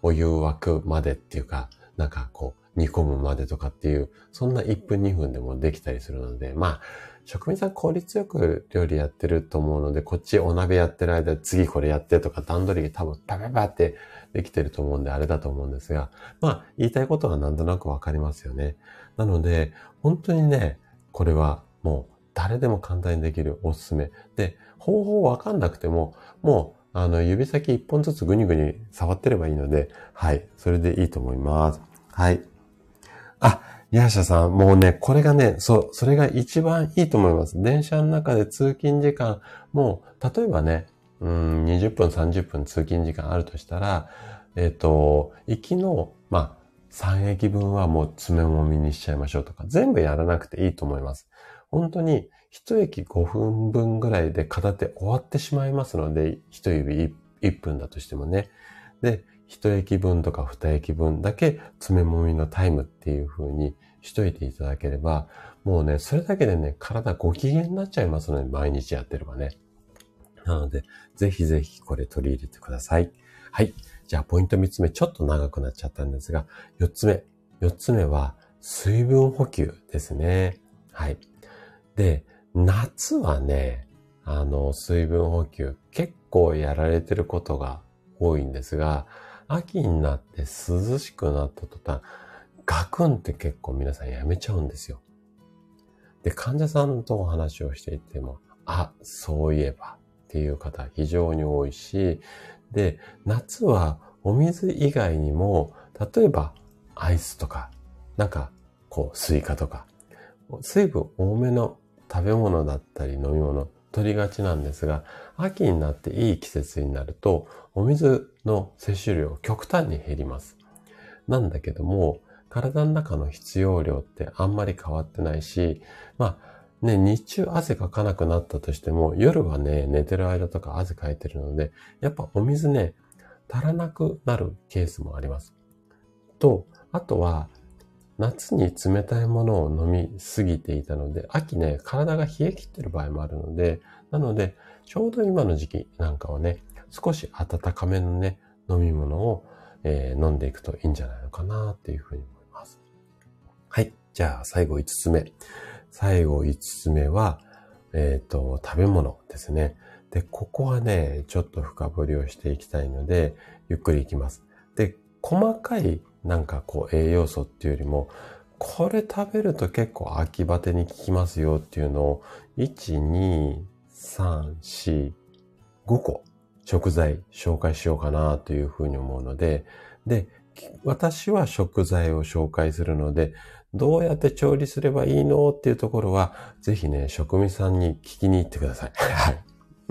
お湯沸くまでっていうか、なんかこう、煮込むまでとかっていう、そんな1分2分でもできたりするので、まあ、職人さん効率よく料理やってると思うので、こっちお鍋やってる間、次これやってとか段取り多分パパパってできてると思うんで、あれだと思うんですが、まあ、言いたいことはなんとなくわかりますよね。なので、本当にね、これはもう誰でも簡単にできるおすすめ。で、方法わかんなくても、もう、指先一本ずつぐにぐに触ってればいいので、はい、それでいいと思います。はい。あ、ヤーシャさん、もうね、これがね、それが一番いいと思います。電車の中で通勤時間、もう、例えばね、20分、30分通勤時間あるとしたら、行きの、まあ、3駅分はもう詰めもみにしちゃいましょうとか、全部やらなくていいと思います。本当に、1駅5分分ぐらいで片手終わってしまいますので、1指1分だとしてもね。で、一駅分とか二駅分だけ詰めもみのタイムっていう風にしといていただければ、もうね、それだけでね、体ご機嫌になっちゃいますので、毎日やってればね。なので、ぜひぜひこれ取り入れてください。はい。じゃあ、ポイント三つ目、ちょっと長くなっちゃったんですが、四つ目は、水分補給ですね。はい。で、夏はね、水分補給結構やられてることが多いんですが、秋になって涼しくなった途端、ガクンって結構皆さんやめちゃうんですよ。で、患者さんとお話をしていても、あ、そういえばっていう方非常に多いし、で、夏はお水以外にも、例えばアイスとか、なんかこうスイカとか、水分多めの食べ物だったり飲み物取りがちなんですが、秋になっていい季節になると、お水の摂取量極端に減ります。なんだけども、体の中の必要量ってあんまり変わってないし、まあね、日中汗かかなくなったとしても、夜はね、寝てる間とか汗かいてるので、やっぱお水ね、足らなくなるケースもあります。と、あとは、夏に冷たいものを飲みすぎていたので、秋ね、体が冷え切ってる場合もあるので、なので、ちょうど今の時期なんかはね、少し温かめのね、飲み物を、飲んでいくといいんじゃないのかなっていうふうに思います。はい。じゃあ、最後5つ目。最後5つ目は、食べ物ですね。で、ここはね、ちょっと深掘りをしていきたいので、ゆっくりいきます。で、細かいなんかこう栄養素っていうよりも、これ食べると結構秋バテに効きますよっていうのを、1、2、3、4、5個食材紹介しようかなというふうに思うので、で、私は食材を紹介するので、どうやって調理すればいいのっていうところは、ぜひね、食味さんに聞きに行ってください。はい。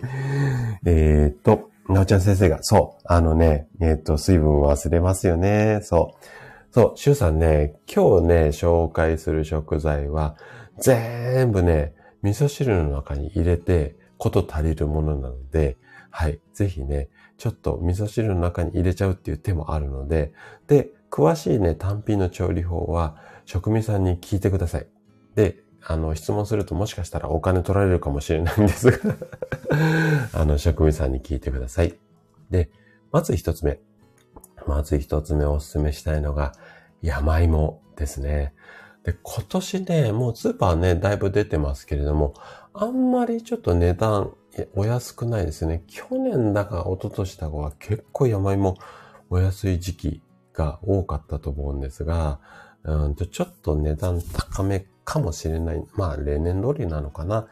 なおちゃん先生が、そう、水分忘れますよね。そう、シュウさんね、今日ね、紹介する食材は、全部ね、味噌汁の中に入れて、こと足りるものなので、はい、ぜひね、ちょっと味噌汁の中に入れちゃうっていう手もあるので、で、詳しいね、単品の調理法は、食味さんに聞いてください。で、質問するともしかしたらお金取られるかもしれないんですが職味さんに聞いてください。で、まず一つ目おすすめしたいのが、山芋ですね。で、今年ね、もうスーパーね、だいぶ出てますけれども、あんまりちょっと値段、お安くないですね。去年だか一昨年だかは結構山芋お安い時期が多かったと思うんですが、ちょっと値段高めかもしれない。まあ、例年通りなのかな。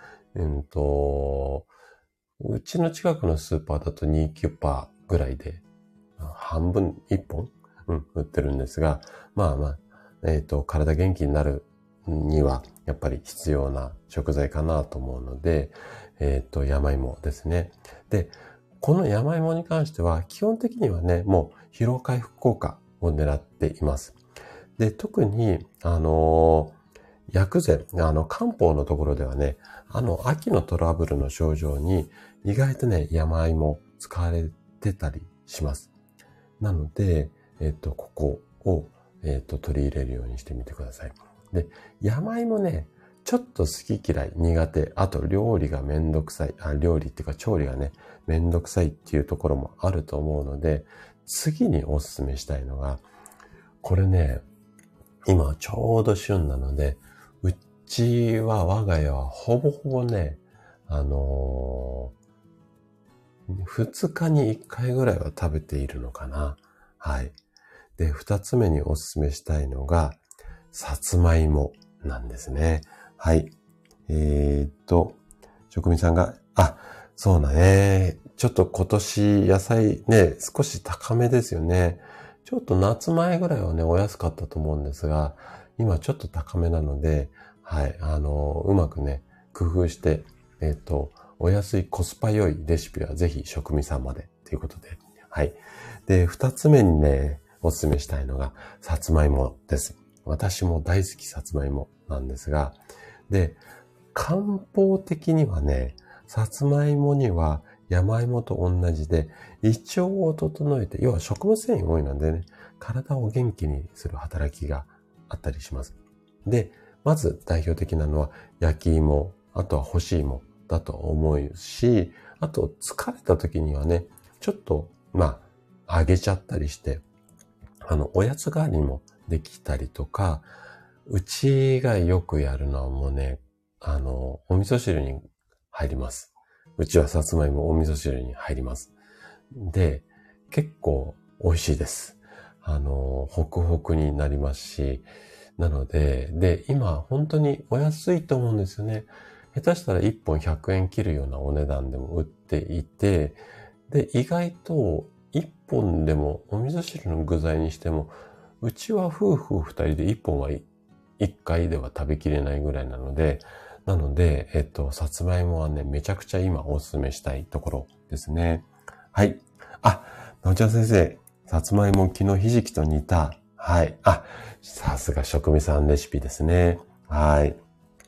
うちの近くのスーパーだと2キュッパぐらいで、半分、1本売ってるんですが、体元気になるには、やっぱり必要な食材かなと思うので、山芋ですね。で、この山芋に関しては、基本的にはね、もう疲労回復効果を狙っています。で、特に、薬膳、漢方のところではね、秋のトラブルの症状に、意外とね、山芋使われてたりします。なので、ここを、取り入れるようにしてみてください。で、山芋ね、ちょっと好き嫌い苦手、あと料理がめんどくさい、料理っていうか調理がね、めんどくさいっていうところもあると思うので、 次におすすめしたいのが、これね、今ちょうど旬なので、うちは我が家はほぼほぼね、2日に1回ぐらいは食べているのかな。はい。で、2つ目におすすめしたいのが、さつまいもなんですね。はい。職人さんが、そうだね。ちょっと今年野菜ね、少し高めですよね。ちょっと夏前ぐらいはね、お安かったと思うんですが、今ちょっと高めなので、はい、うまくね、工夫して、お安いコスパ良いレシピはぜひ職人さんまでということで、はい。で、二つ目にね、おすすめしたいのが、さつまいもです。私も大好きさつまいもなんですが、で、漢方的にはね、さつまいもには山芋と同じで、胃腸を整えて、要は食物繊維多いのでね、体を元気にする働きがあったりします。で、まず代表的なのは焼き芋、あとは干し芋だと思うし、あと疲れた時にはね、ちょっと、揚げちゃったりして、おやつ代わりにもできたりとか、うちがよくやるのはもうね、お味噌汁に入ります。うちはさつまいもお味噌汁に入ります。で、結構美味しいです。ホクホクになりますし、なので、今本当にお安いと思うんですよね。下手したら1本100円切るようなお値段でも売っていて、で、意外と1本でもお味噌汁の具材にしても、うちは夫婦2人で1本は1回では食べきれないぐらいなので、さつまいもはね、めちゃくちゃ今おすすめしたいところですね。はい。なおちゃん先生、さつまいも昨日ひじきと煮た。はい。さすが食味さんレシピですね。はい。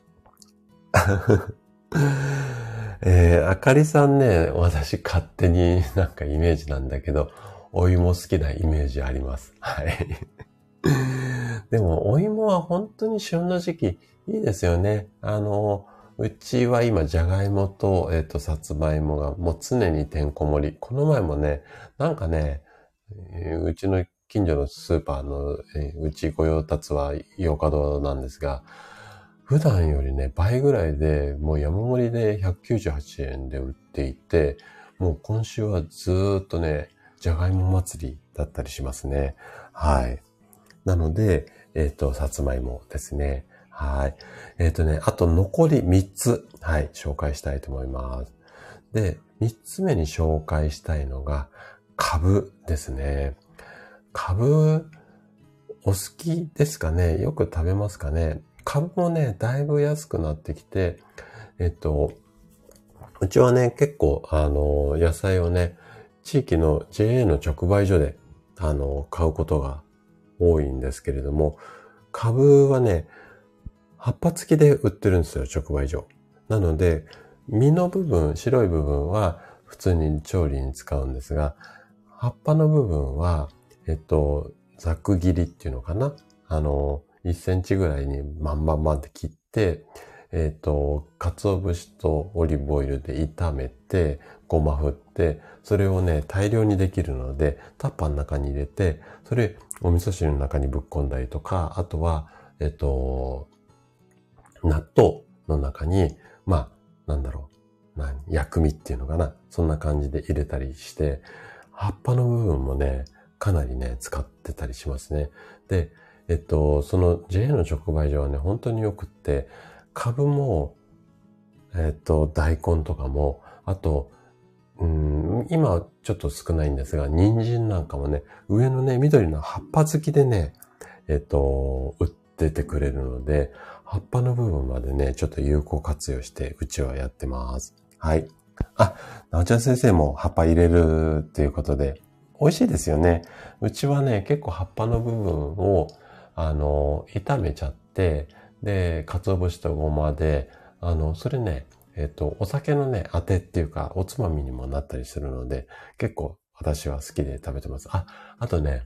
あかりさんね、私勝手になんかイメージなんだけど、お芋好きなイメージあります。はい。でも、お芋は本当に旬の時期いいですよね。うちは今、じゃがいもと、さつまいもがもう常にてんこ盛り。この前もね、なんかね、うちの近所のスーパーの、うち御用達は洋華堂なんですが、普段よりね、倍ぐらいで、もう山盛りで198円で売っていて、もう今週はずーっとね、じゃがいも祭りだったりしますね。はい。なので、さつまいもですね。はい。あと残り3つ、はい、紹介したいと思います。で、3つ目に紹介したいのが、カブですね。カブ、お好きですかね？よく食べますかね？カブもね、だいぶ安くなってきて、うちはね、結構、野菜をね、地域の JA の直売所で、買うことが多いんですけれども、カブはね、葉っぱ付きで売ってるんですよ、直売所。なので、実の部分、白い部分は普通に調理に使うんですが、葉っぱの部分は、ざく切りっていうのかな？1センチぐらいにバンバンバンって切って、鰹節とオリーブオイルで炒めて、ごま振って、それをね、大量にできるので、タッパーの中に入れて、それ、お味噌汁の中にぶっ込んだりとか、あとは、納豆の中に、薬味っていうのかな。そんな感じで入れたりして、葉っぱの部分もね、かなりね、使ってたりしますね。で、その JA の直売所はね、本当によくって、株も、大根とかも、あと、今はちょっと少ないんですが、人参なんかもね、上のね、緑の葉っぱ付きでね、売っててくれるので、葉っぱの部分までね、ちょっと有効活用して、うちはやってます。はい。なおちゃん先生も葉っぱ入れるっていうことで、美味しいですよね。うちはね、結構葉っぱの部分を、炒めちゃって、で、鰹節とごまで、それね、お酒のね、あてっていうか、おつまみにもなったりするので、結構私は好きで食べてます。あとね、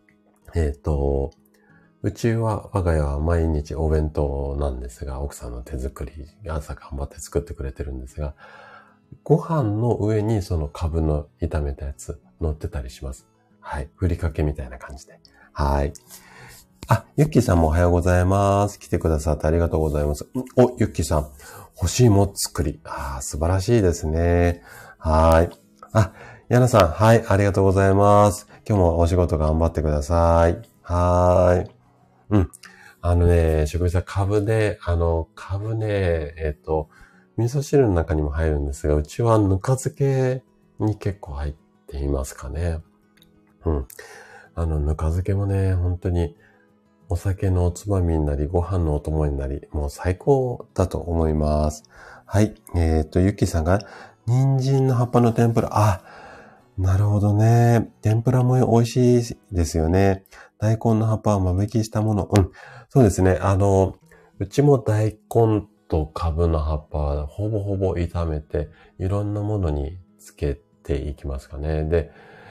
うちは、我が家は毎日お弁当なんですが、奥さんの手作り、朝頑張って作ってくれてるんですが、ご飯の上にそのカブの炒めたやつ乗ってたりします。 はい。ふりかけみたいな感じで。はい。あ、ゆっきーさんもおはようございます。来てくださってありがとうございます。お、ゆっきーさん。干し芋作り。素晴らしいですね。はい。あ、やなさん。はい。ありがとうございます。今日もお仕事頑張ってください。はい。うん。職人さん、カブね、味噌汁の中にも入るんですが、うちはぬか漬けに結構入っていますかね。うん。ぬか漬けもね、本当にお酒のおつまみになり、ご飯のお供になり、もう最高だと思います。はい。ゆきさんが、人参の葉っぱの天ぷら。なるほどね。天ぷらも美味しいですよね。大根の葉っぱを間引きしたもの。うん。そうですね。うちも大根とカブの葉っぱはほぼほぼ炒めて、いろんなものにつけていきますかね。で、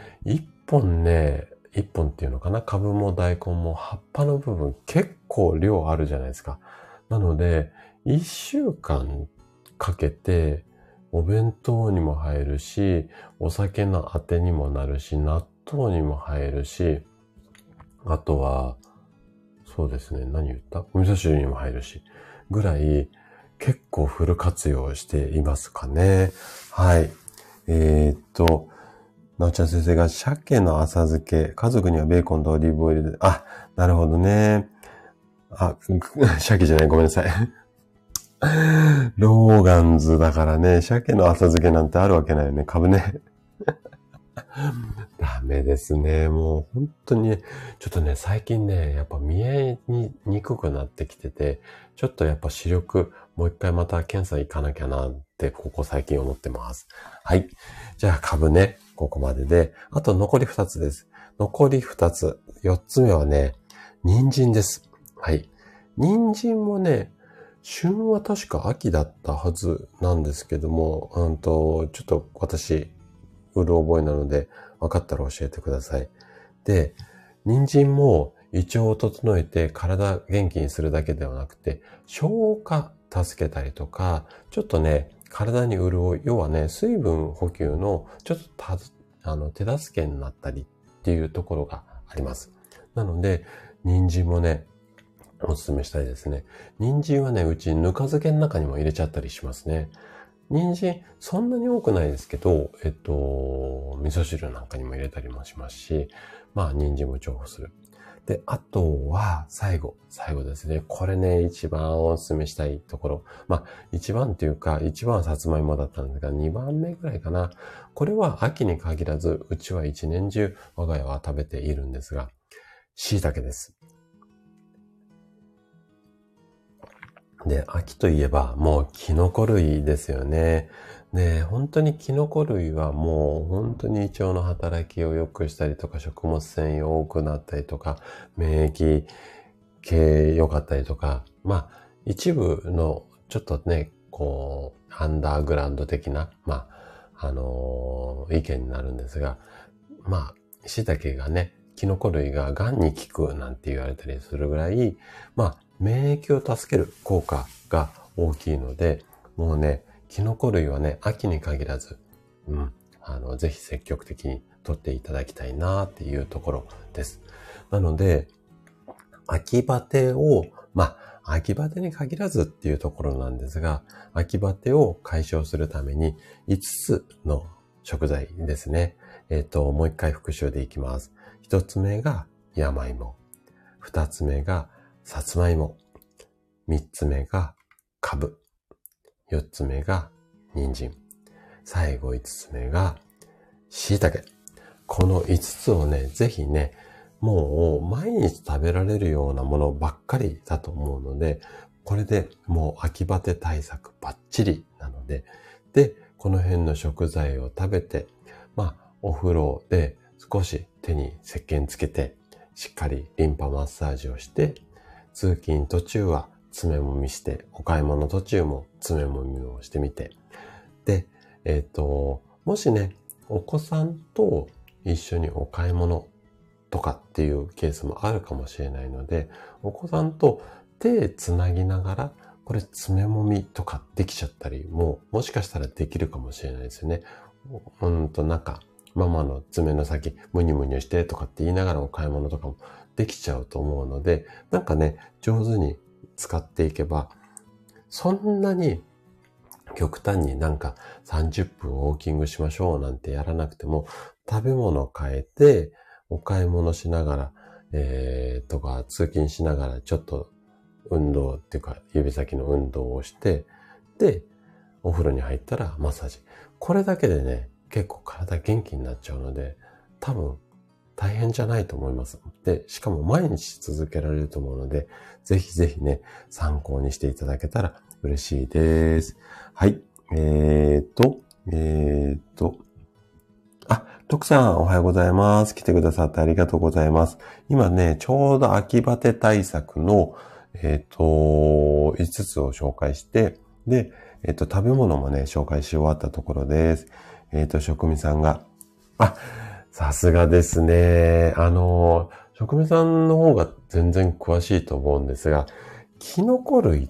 一本っていうのかな、カブも大根も葉っぱの部分結構量あるじゃないですか。なので、一週間かけて、お弁当にも入るし、お酒のあてにもなるし、納豆にも入るし、あとは、そうですね、何言ったお味噌汁にも入るし、ぐらい結構フル活用していますかね。はい。なおちゃん先生が鮭の浅漬け、家族にはベーコンとオリーブオイルで、なるほどね。鮭じゃない、ごめんなさい。ローガンズだからね、鮭の浅漬けなんてあるわけないよね、株ね。ダメですね。もう本当に、ちょっとね、最近ね、やっぱ見えにくくなってきてて、ちょっとやっぱ視力、もう一回また検査行かなきゃなって、ここ最近思ってます。はい。じゃあ株ね、ここまでで、あと残り2つです。残り2つ。4つ目はね、人参です。はい。人参もね、旬は確か秋だったはずなんですけども、ちょっと私、うる覚えなので、分かったら教えてください。で、人参も胃腸を整えて体元気にするだけではなくて、消化助けたりとか、ちょっとね、体に潤い、要はね、水分補給のちょっと手助けになったりっていうところがあります。なので、人参もね、おすすめしたいですね。人参はね、うちぬか漬けの中にも入れちゃったりしますね。人参、そんなに多くないですけど、味噌汁なんかにも入れたりもしますし、人参も重宝する。で、あとは、最後ですね。これね、一番お勧めしたいところ。一番っていうか、一番はさつまいもだったんですが、二番目ぐらいかな。これは秋に限らず、うちは一年中、我が家は食べているんですが、椎茸です。で、秋といえばもうキノコ類ですよね。で、本当にキノコ類はもう本当に胃腸の働きを良くしたりとか、食物繊維多くなったりとか、免疫系良かったりとか、一部のちょっとね、アンダーグラウンド的な、意見になるんですが、椎茸がね、キノコ類が癌に効くなんて言われたりするぐらい、免疫を助ける効果が大きいので、もうね、キノコ類はね、秋に限らず、ぜひ積極的に取っていただきたいなっていうところです。なので、秋バテを、秋バテに限らずっていうところなんですが、秋バテを解消するために5つの食材ですね。もう一回復習でいきます。1つ目が山芋。2つ目がさつまいも。3つ目がかぶ。4つ目が人参。最後5つ目が椎茸。この5つをね、ぜひね、もう毎日食べられるようなものばっかりだと思うので、これでもう秋バテ対策バッチリなので、で、この辺の食材を食べて、お風呂で少し手に石鹸つけて、しっかりリンパマッサージをして、通勤途中は爪もみして、お買い物途中も爪もみをしてみて、で、もしね、お子さんと一緒にお買い物とかっていうケースもあるかもしれないので、お子さんと手つなぎながら、これ爪もみとかできちゃったりもしかしたらできるかもしれないですよね。 ママの爪の先、ムニムニしてとかって言いながらお買い物とかもできちゃうと思うので、なんかね、上手に使っていけば、そんなに極端になんか30分ウォーキングしましょうなんてやらなくても、食べ物を変えて、お買い物しながら、とか通勤しながらちょっと運動っていうか指先の運動をして、で、お風呂に入ったらマッサージ。これだけでね、結構体元気になっちゃうので、多分大変じゃないと思います。で、しかも毎日続けられると思うので、ぜひぜひね、参考にしていただけたら嬉しいです。はい。徳さんおはようございます。来てくださってありがとうございます。今ね、ちょうど秋バテ対策の、5つを紹介して、で、食べ物もね、紹介し終わったところです。職味さんが、さすがですね。職味さんの方が全然詳しいと思うんですが、キノコ類って、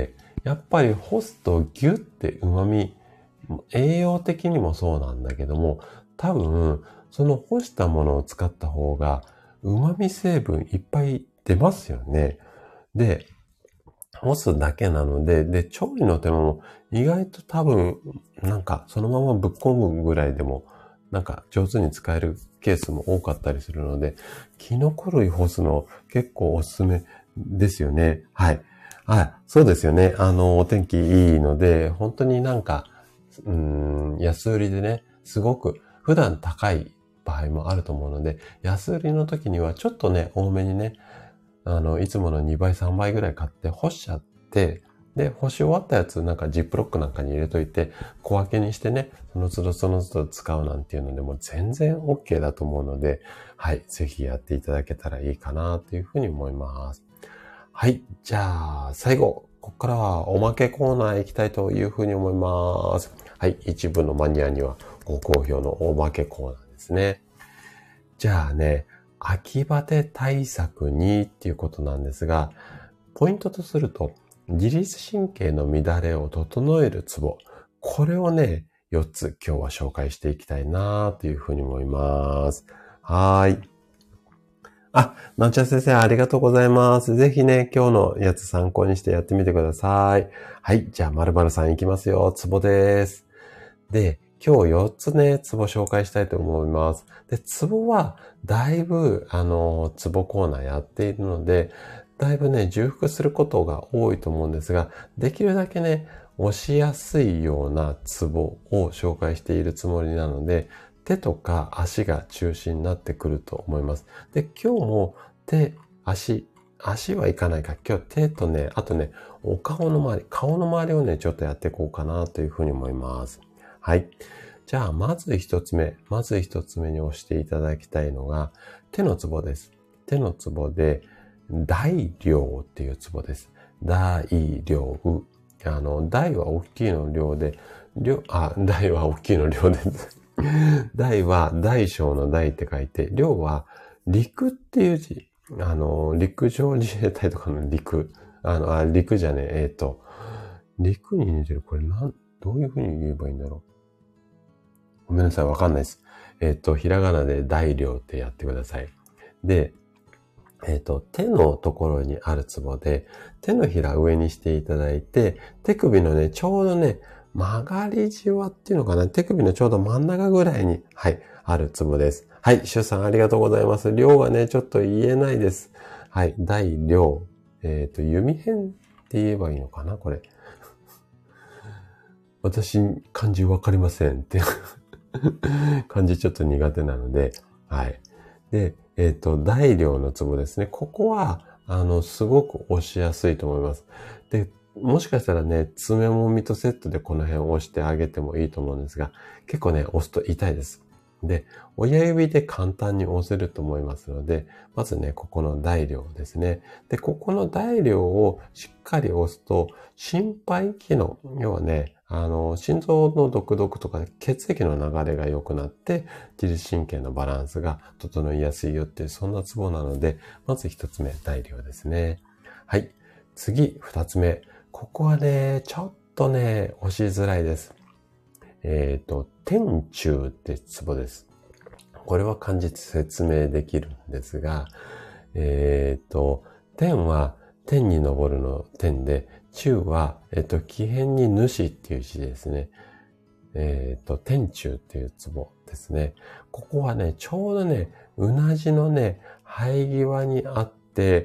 やっぱり干すとギュッて旨味、栄養的にもそうなんだけども、多分、その干したものを使った方が、旨味成分いっぱい出ますよね。で、干すだけなので、で、調理の手間も意外と多分、なんかそのままぶっ込むぐらいでも、なんか上手に使えるケースも多かったりするので、キノコ類干すの結構おすすめですよね。はい。そうですよね。お天気いいので、本当になんか、安売りでね、すごく普段高い場合もあると思うので、安売りの時にはちょっとね、多めにね、いつもの2倍、3倍ぐらい買って干しちゃって、で、干し終わったやつなんかジップロックなんかに入れといて、小分けにしてね、その都度その都度使うなんていうのでも全然 OK だと思うので、はい、ぜひやっていただけたらいいかなというふうに思います。はい、じゃあ、最後、ここからはおまけコーナー行きたいというふうに思います。はい、一部のマニアにはご好評のおまけコーナーですね。じゃあね、秋バテ対策にっていうことなんですが、ポイントとすると、自律神経の乱れを整えるツボ。これをね、4つ今日は紹介していきたいなというふうに思います。はい。なおちゃん先生ありがとうございます。ぜひね、今日のやつ参考にしてやってみてください。はい。じゃあ、〇〇さんいきますよ。ツボです。で、今日4つね、ツボ紹介したいと思います。で、ツボは、だいぶ、ツボコーナーやっているので、だいぶね、重複することが多いと思うんですが、できるだけね、押しやすいようなツボを紹介しているつもりなので、手とか足が中心になってくると思います。で、今日も手、足はいかないか。今日手とね、あとね、お顔の周り、顔の周りをね、ちょっとやっていこうかなというふうに思います。はい。じゃあ、まず一つ目に押していただきたいのが、手のツボです。手のツボで、大量っていうツボです。大量。大は大きいの量で、大は大きいの量で、大は大小の大って書いて、量は陸っていう字。陸上自衛隊とかの陸。陸じゃねえ、陸に似てる。これどういう風に言えばいいんだろう。ごめんなさい、わかんないです。ひらがなで大量ってやってください。で、手のところにあるツボで、手のひら上にしていただいて、手首のね、ちょうどね、曲がりじわっていうのかな、手首のちょうど真ん中ぐらいに、はい、あるツボです。はい、シュさんありがとうございます。量がね、ちょっと言えないです。はい、大量。弓辺って言えばいいのかな、これ。私、漢字わかりませんって漢字ちょっと苦手なので、はい。で、大量のツボですね。ここは、すごく押しやすいと思います。で、もしかしたらね、爪もみとセットでこの辺を押してあげてもいいと思うんですが、結構ね、押すと痛いです。で、親指で簡単に押せると思いますので、まずね、ここの大量ですね。で、ここの大量をしっかり押すと、心肺機能、要はね、心臓の毒々とか血液の流れが良くなって、自律神経のバランスが整いやすいよっていう、そんなツボなので、まず一つ目、大量ですね。はい。次、二つ目。ここはね、ちょっとね、押しづらいです。天柱ってツボです。 これは漢字で説明できるんですが、天は天に昇るの天で、中は、木偏に主っていう字ですね。天中っていう壺ですね。ここはね、ちょうどね、うなじのね、生え際にあって、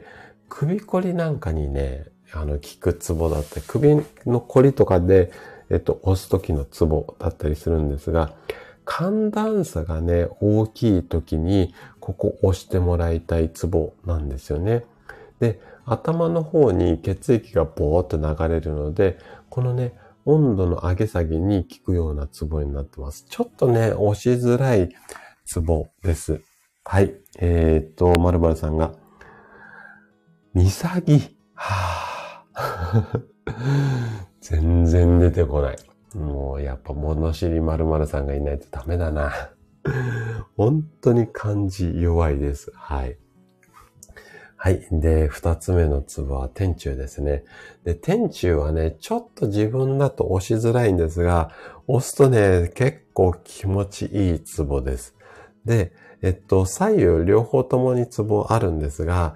首こりなんかにね、効く壺だったり、首のこりとかで、押す時の壺だったりするんですが、寒暖差がね、大きい時に、ここ押してもらいたい壺なんですよね。で、頭の方に血液がボーっと流れるので、このね、温度の上げ下げに効くような壺になってます。ちょっとね、押しづらい壺です。はい。〇〇さんが、みさぎ。はぁ。全然出てこない。もうやっぱ物知り〇〇さんがいないとダメだな。本当に漢字弱いです。はい。はい。で、二つ目の壺は天中ですね。で、天中はね、ちょっと自分だと押しづらいんですが、押すとね、結構気持ちいい壺です。で、左右両方ともに壺あるんですが、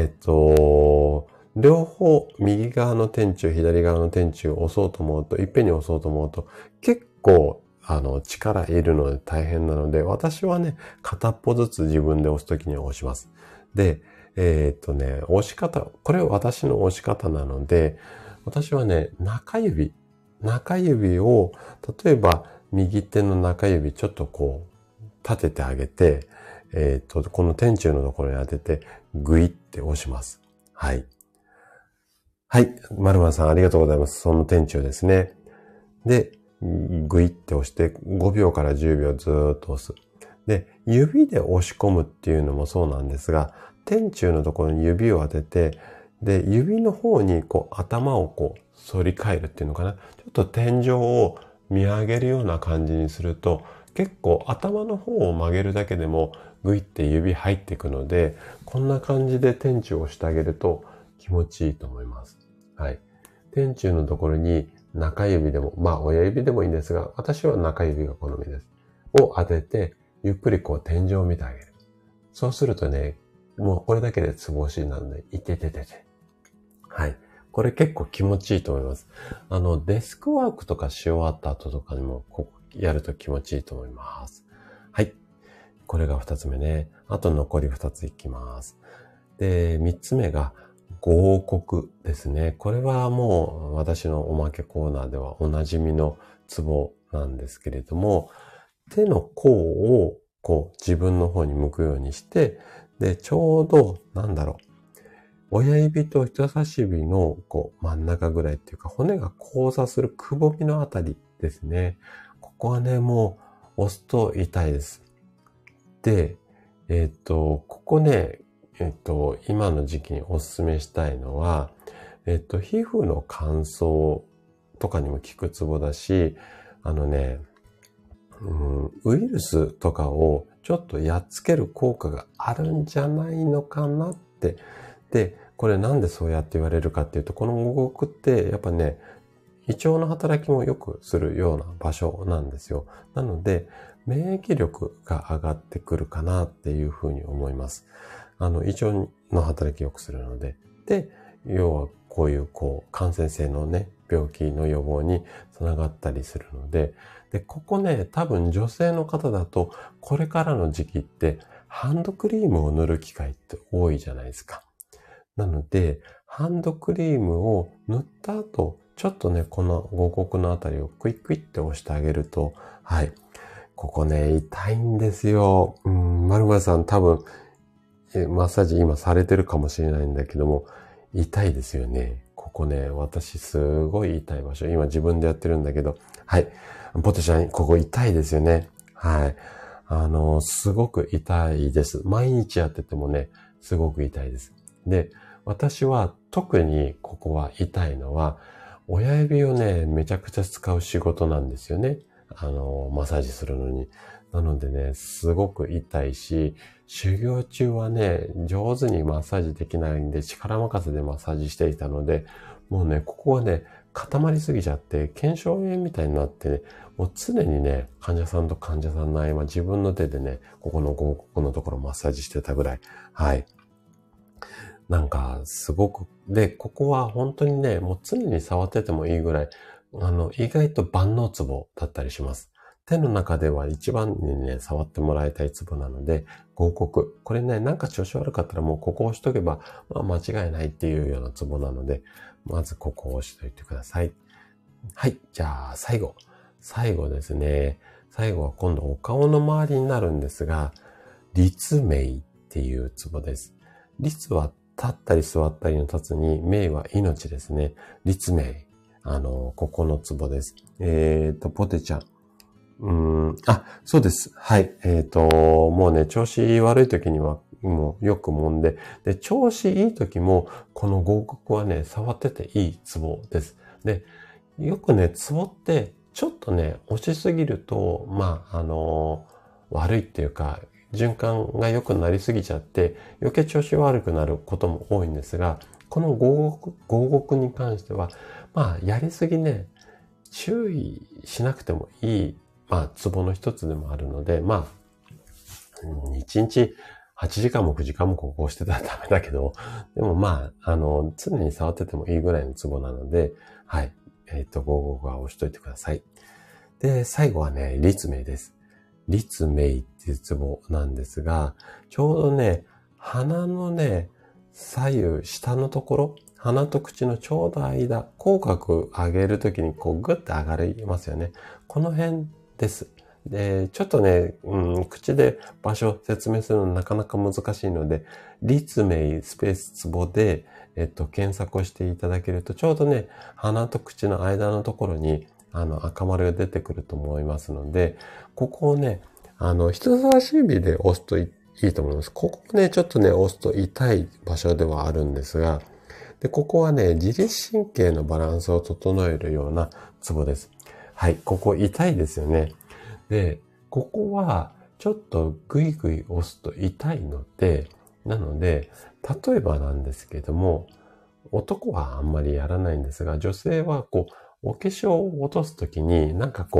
両方、右側の天中、左側の天中を押そうと思うと、いっぺんに押そうと思うと、結構、力いるので大変なので、私はね、片っぽずつ自分で押すときには押します。で、押し方、これは私の押し方なので、私はね、中指を、例えば、右手の中指ちょっとこう、立ててあげて、この天中のところに当てて、グイって押します。はい。はい。丸間さんありがとうございます。その天中ですね。で、グイって押して5秒から10秒ずーっと押す。で、指で押し込むっていうのもそうなんですが、天中のところに指を当てて、で、指の方にこう頭をこう反り返るっていうのかな。ちょっと天井を見上げるような感じにすると、結構頭の方を曲げるだけでもグイって指入っていくので、こんな感じで天中をしてあげると気持ちいいと思います。はい。天中のところに中指でも、まあ親指でもいいんですが、私は中指が好みです。を当てて、ゆっくりこう天井を見てあげる。そうするとね、もうこれだけでツボ押しなんで、いてててて。はい。これ結構気持ちいいと思います。デスクワークとかし終わった後とかにも、ここやると気持ちいいと思います。はい。これが二つ目ね。あと残り二ついきます。で、三つ目が、合谷ですね。これはもう私のおまけコーナーではおなじみのツボなんですけれども、手の甲をこう自分の方に向くようにして、で、ちょうど、親指と人差し指のこう真ん中ぐらいっていうか、骨が交差するくぼみのあたりですね。ここはね、もう押すと痛いです。で、ここね、今の時期におすすめしたいのは、皮膚の乾燥とかにも効くツボだし、ウイルスとかをちょっとやっつける効果があるんじゃないのかなって。で、これなんでそうやって言われるかっていうと、この合谷ってやっぱね、胃腸の働きも良くするような場所なんですよ。なので、免疫力が上がってくるかなっていうふうに思います。胃腸の働きを良くするので。で、要はこういう感染性のね、病気の予防につながったりするので、で、ここね、多分女性の方だと、これからの時期ってハンドクリームを塗る機会って多いじゃないですか。なので、ハンドクリームを塗った後、ちょっとね、この合谷のあたりをクイックイって押してあげると、はい。ここね、痛いんですよ。〇〇さん多分、マッサージ今されてるかもしれないんだけども、痛いですよね。ここね、私すごい痛い場所。今自分でやってるんだけど、はい。ポテちゃん、ここ痛いですよね。はい。すごく痛いです。毎日やっててもね、すごく痛いです。で、私は特にここは痛いのは、親指をね、めちゃくちゃ使う仕事なんですよね。マッサージするのに。なのでね、すごく痛いし、修行中はね、上手にマッサージできないんで、力任せでマッサージしていたので、 もうね、ここはね、固まりすぎちゃって、腱鞘炎みたいになってね、もう常にね、患者さんと患者さんの合間、自分の手でね、ここのところマッサージしてたぐらい。はい。なんか、すごく、で、ここは本当にね、もう常に触っててもいいぐらい、意外と万能ツボだったりします。手の中では一番にね、触ってもらいたいツボなので、合谷。これね、なんか調子悪かったらもうここを押しとけば、まあ間違いないっていうようなツボなので、まずここを押しといてください。はい。じゃあ、最後。最後ですね。最後は今度お顔の周りになるんですが、立命っていうツボです。立は立ったり座ったりの立つに、命は命ですね。立命。ここのツボです。ポテちゃん。そうです。はい。もうね、調子悪い時には、もうよく揉んで、で、調子いい時も、この合谷はね、触ってていいツボです。で、よくね、ツボって、ちょっとね、押しすぎると、悪いっていうか、循環が良くなりすぎちゃって、余計調子悪くなることも多いんですが、この合谷に関しては、やりすぎね、注意しなくてもいい、ツボの一つでもあるので、1日8時間も9時間もここ押してたらダメだけど、でも常に触っててもいいぐらいのツボなので、はい。合谷は押しといてください。で、最後はね、立命です。立命っていうツボなんですが、ちょうどね、鼻のね、左右、下のところ、鼻と口のちょうど間、口角上げるときにこうグッと上がりますよね。この辺です。で、ちょっとね、口で場所を説明するのなかなか難しいので、立命スペースツボで、検索をしていただけると、ちょうどね、鼻と口の間のところに、赤丸が出てくると思いますので、ここをね、人差し指で押すといいと思います。ここね、ちょっとね、押すと痛い場所ではあるんですが、で、ここはね、自律神経のバランスを整えるようなツボです。はい、ここ痛いですよね。で、ここはちょっとグイグイ押すと痛いので、なので、例えばなんですけども、男はあんまりやらないんですが、女性はお化粧を落とすときに、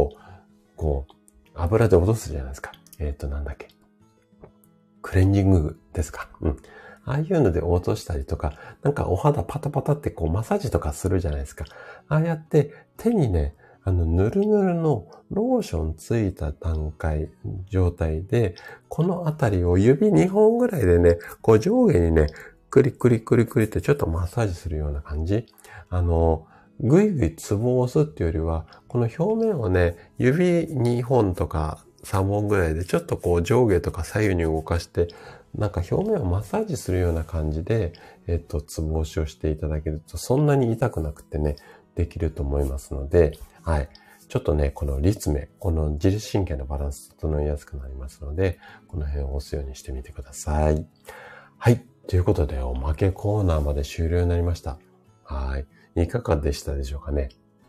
油で落とすじゃないですか。なんだっけ。クレンジングですか。ああいうので落としたりとか、なんかお肌パタパタってマッサージとかするじゃないですか。ああやって手にね、ぬるぬるのローションついた状態で、このあたりを指2本ぐらいでね、上下にね、クリクリクリクリってちょっとマッサージするような感じ。ぐいぐいツボを押すっていうよりは、この表面をね、指2本とか3本ぐらいでちょっと上下とか左右に動かして、なんか表面をマッサージするような感じで、ツボ押しをしていただけると、そんなに痛くなくてね、できると思いますので、はい。ちょっとね、この立命、この自律神経のバランス整いやすくなりますので、この辺を押すようにしてみてください。はい。ということで、おまけコーナーまで終了になりました。はい。いかがでしたでしょうかね。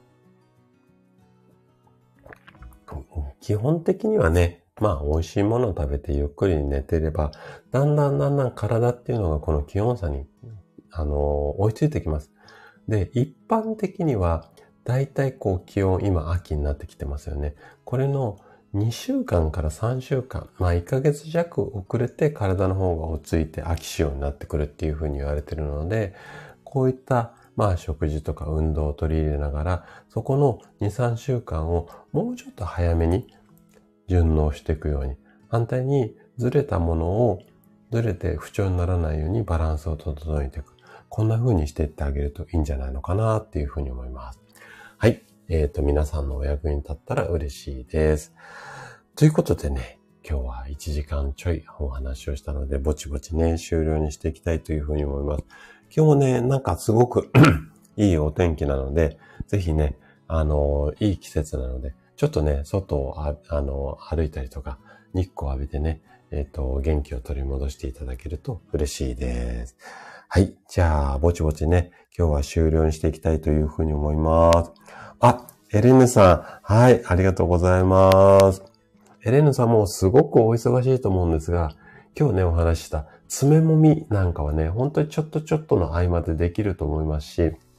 基本的にはね、美味しいものを食べてゆっくり寝てれば、だんだん体っていうのがこの気温差に、追いついてきます。で、一般的には、だいたい気温、今秋になってきてますよね。これの2週間から3週間、1ヶ月弱遅れて体の方が落ち着いて秋仕様になってくるっていうふうに言われてるので、こういった食事とか運動を取り入れながら、そこの2、3週間をもうちょっと早めに順応していくように、反対にずれたものをずれて不調にならないようにバランスを整えていく。こんな風にしていってあげるといいんじゃないのかなっていうふうに思います。はい。皆さんのお役に立ったら嬉しいです。ということでね、今日は1時間ちょいお話をしたので、ぼちぼちね、終了にしていきたいというふうに思います。今日もね、なんかすごくいいお天気なので、ぜひね、いい季節なので、ちょっとね、外を歩いたりとか、日光を浴びてね、元気を取り戻していただけると嬉しいです。はい。じゃあ、ぼちぼちね、今日は終了にしていきたいというふうに思います。エレヌさん。はい。ありがとうございます。エレヌさんもすごくお忙しいと思うんですが、今日ね、お話しした爪もみなんかはね、本当にちょっとの合間でできると思いますし、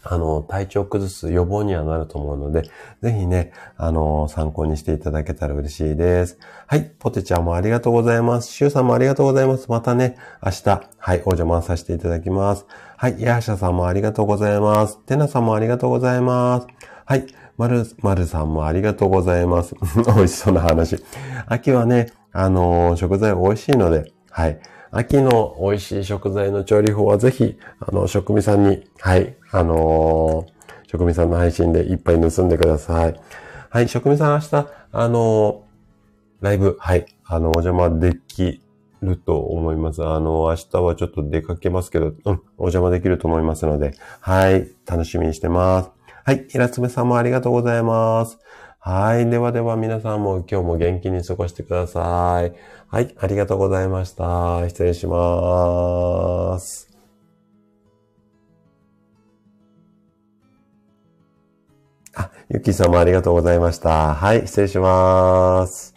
体調崩す予防にはなると思うので、ぜひね、参考にしていただけたら嬉しいです。はい、ポテちゃんもありがとうございます。シュウさんもありがとうございます。またね、明日、はい、お邪魔させていただきます。はい、ヤーシャさんもありがとうございます。テナさんもありがとうございます。はい、まるさんもありがとうございます。美味しそうな話。秋はね、食材美味しいので、はい。秋の美味しい食材の調理法はぜひ、食味さんに、はい、食味さんの配信でいっぱい盗んでください。はい、食味さん明日、ライブ、はい、お邪魔できると思います。明日はちょっと出かけますけど、お邪魔できると思いますので、はい、楽しみにしてます。はい、イラつめさんもありがとうございます。はい。ではでは皆さんも今日も元気に過ごしてください。はい。ありがとうございました。失礼します。ゆきさんもありがとうございました。はい。失礼します。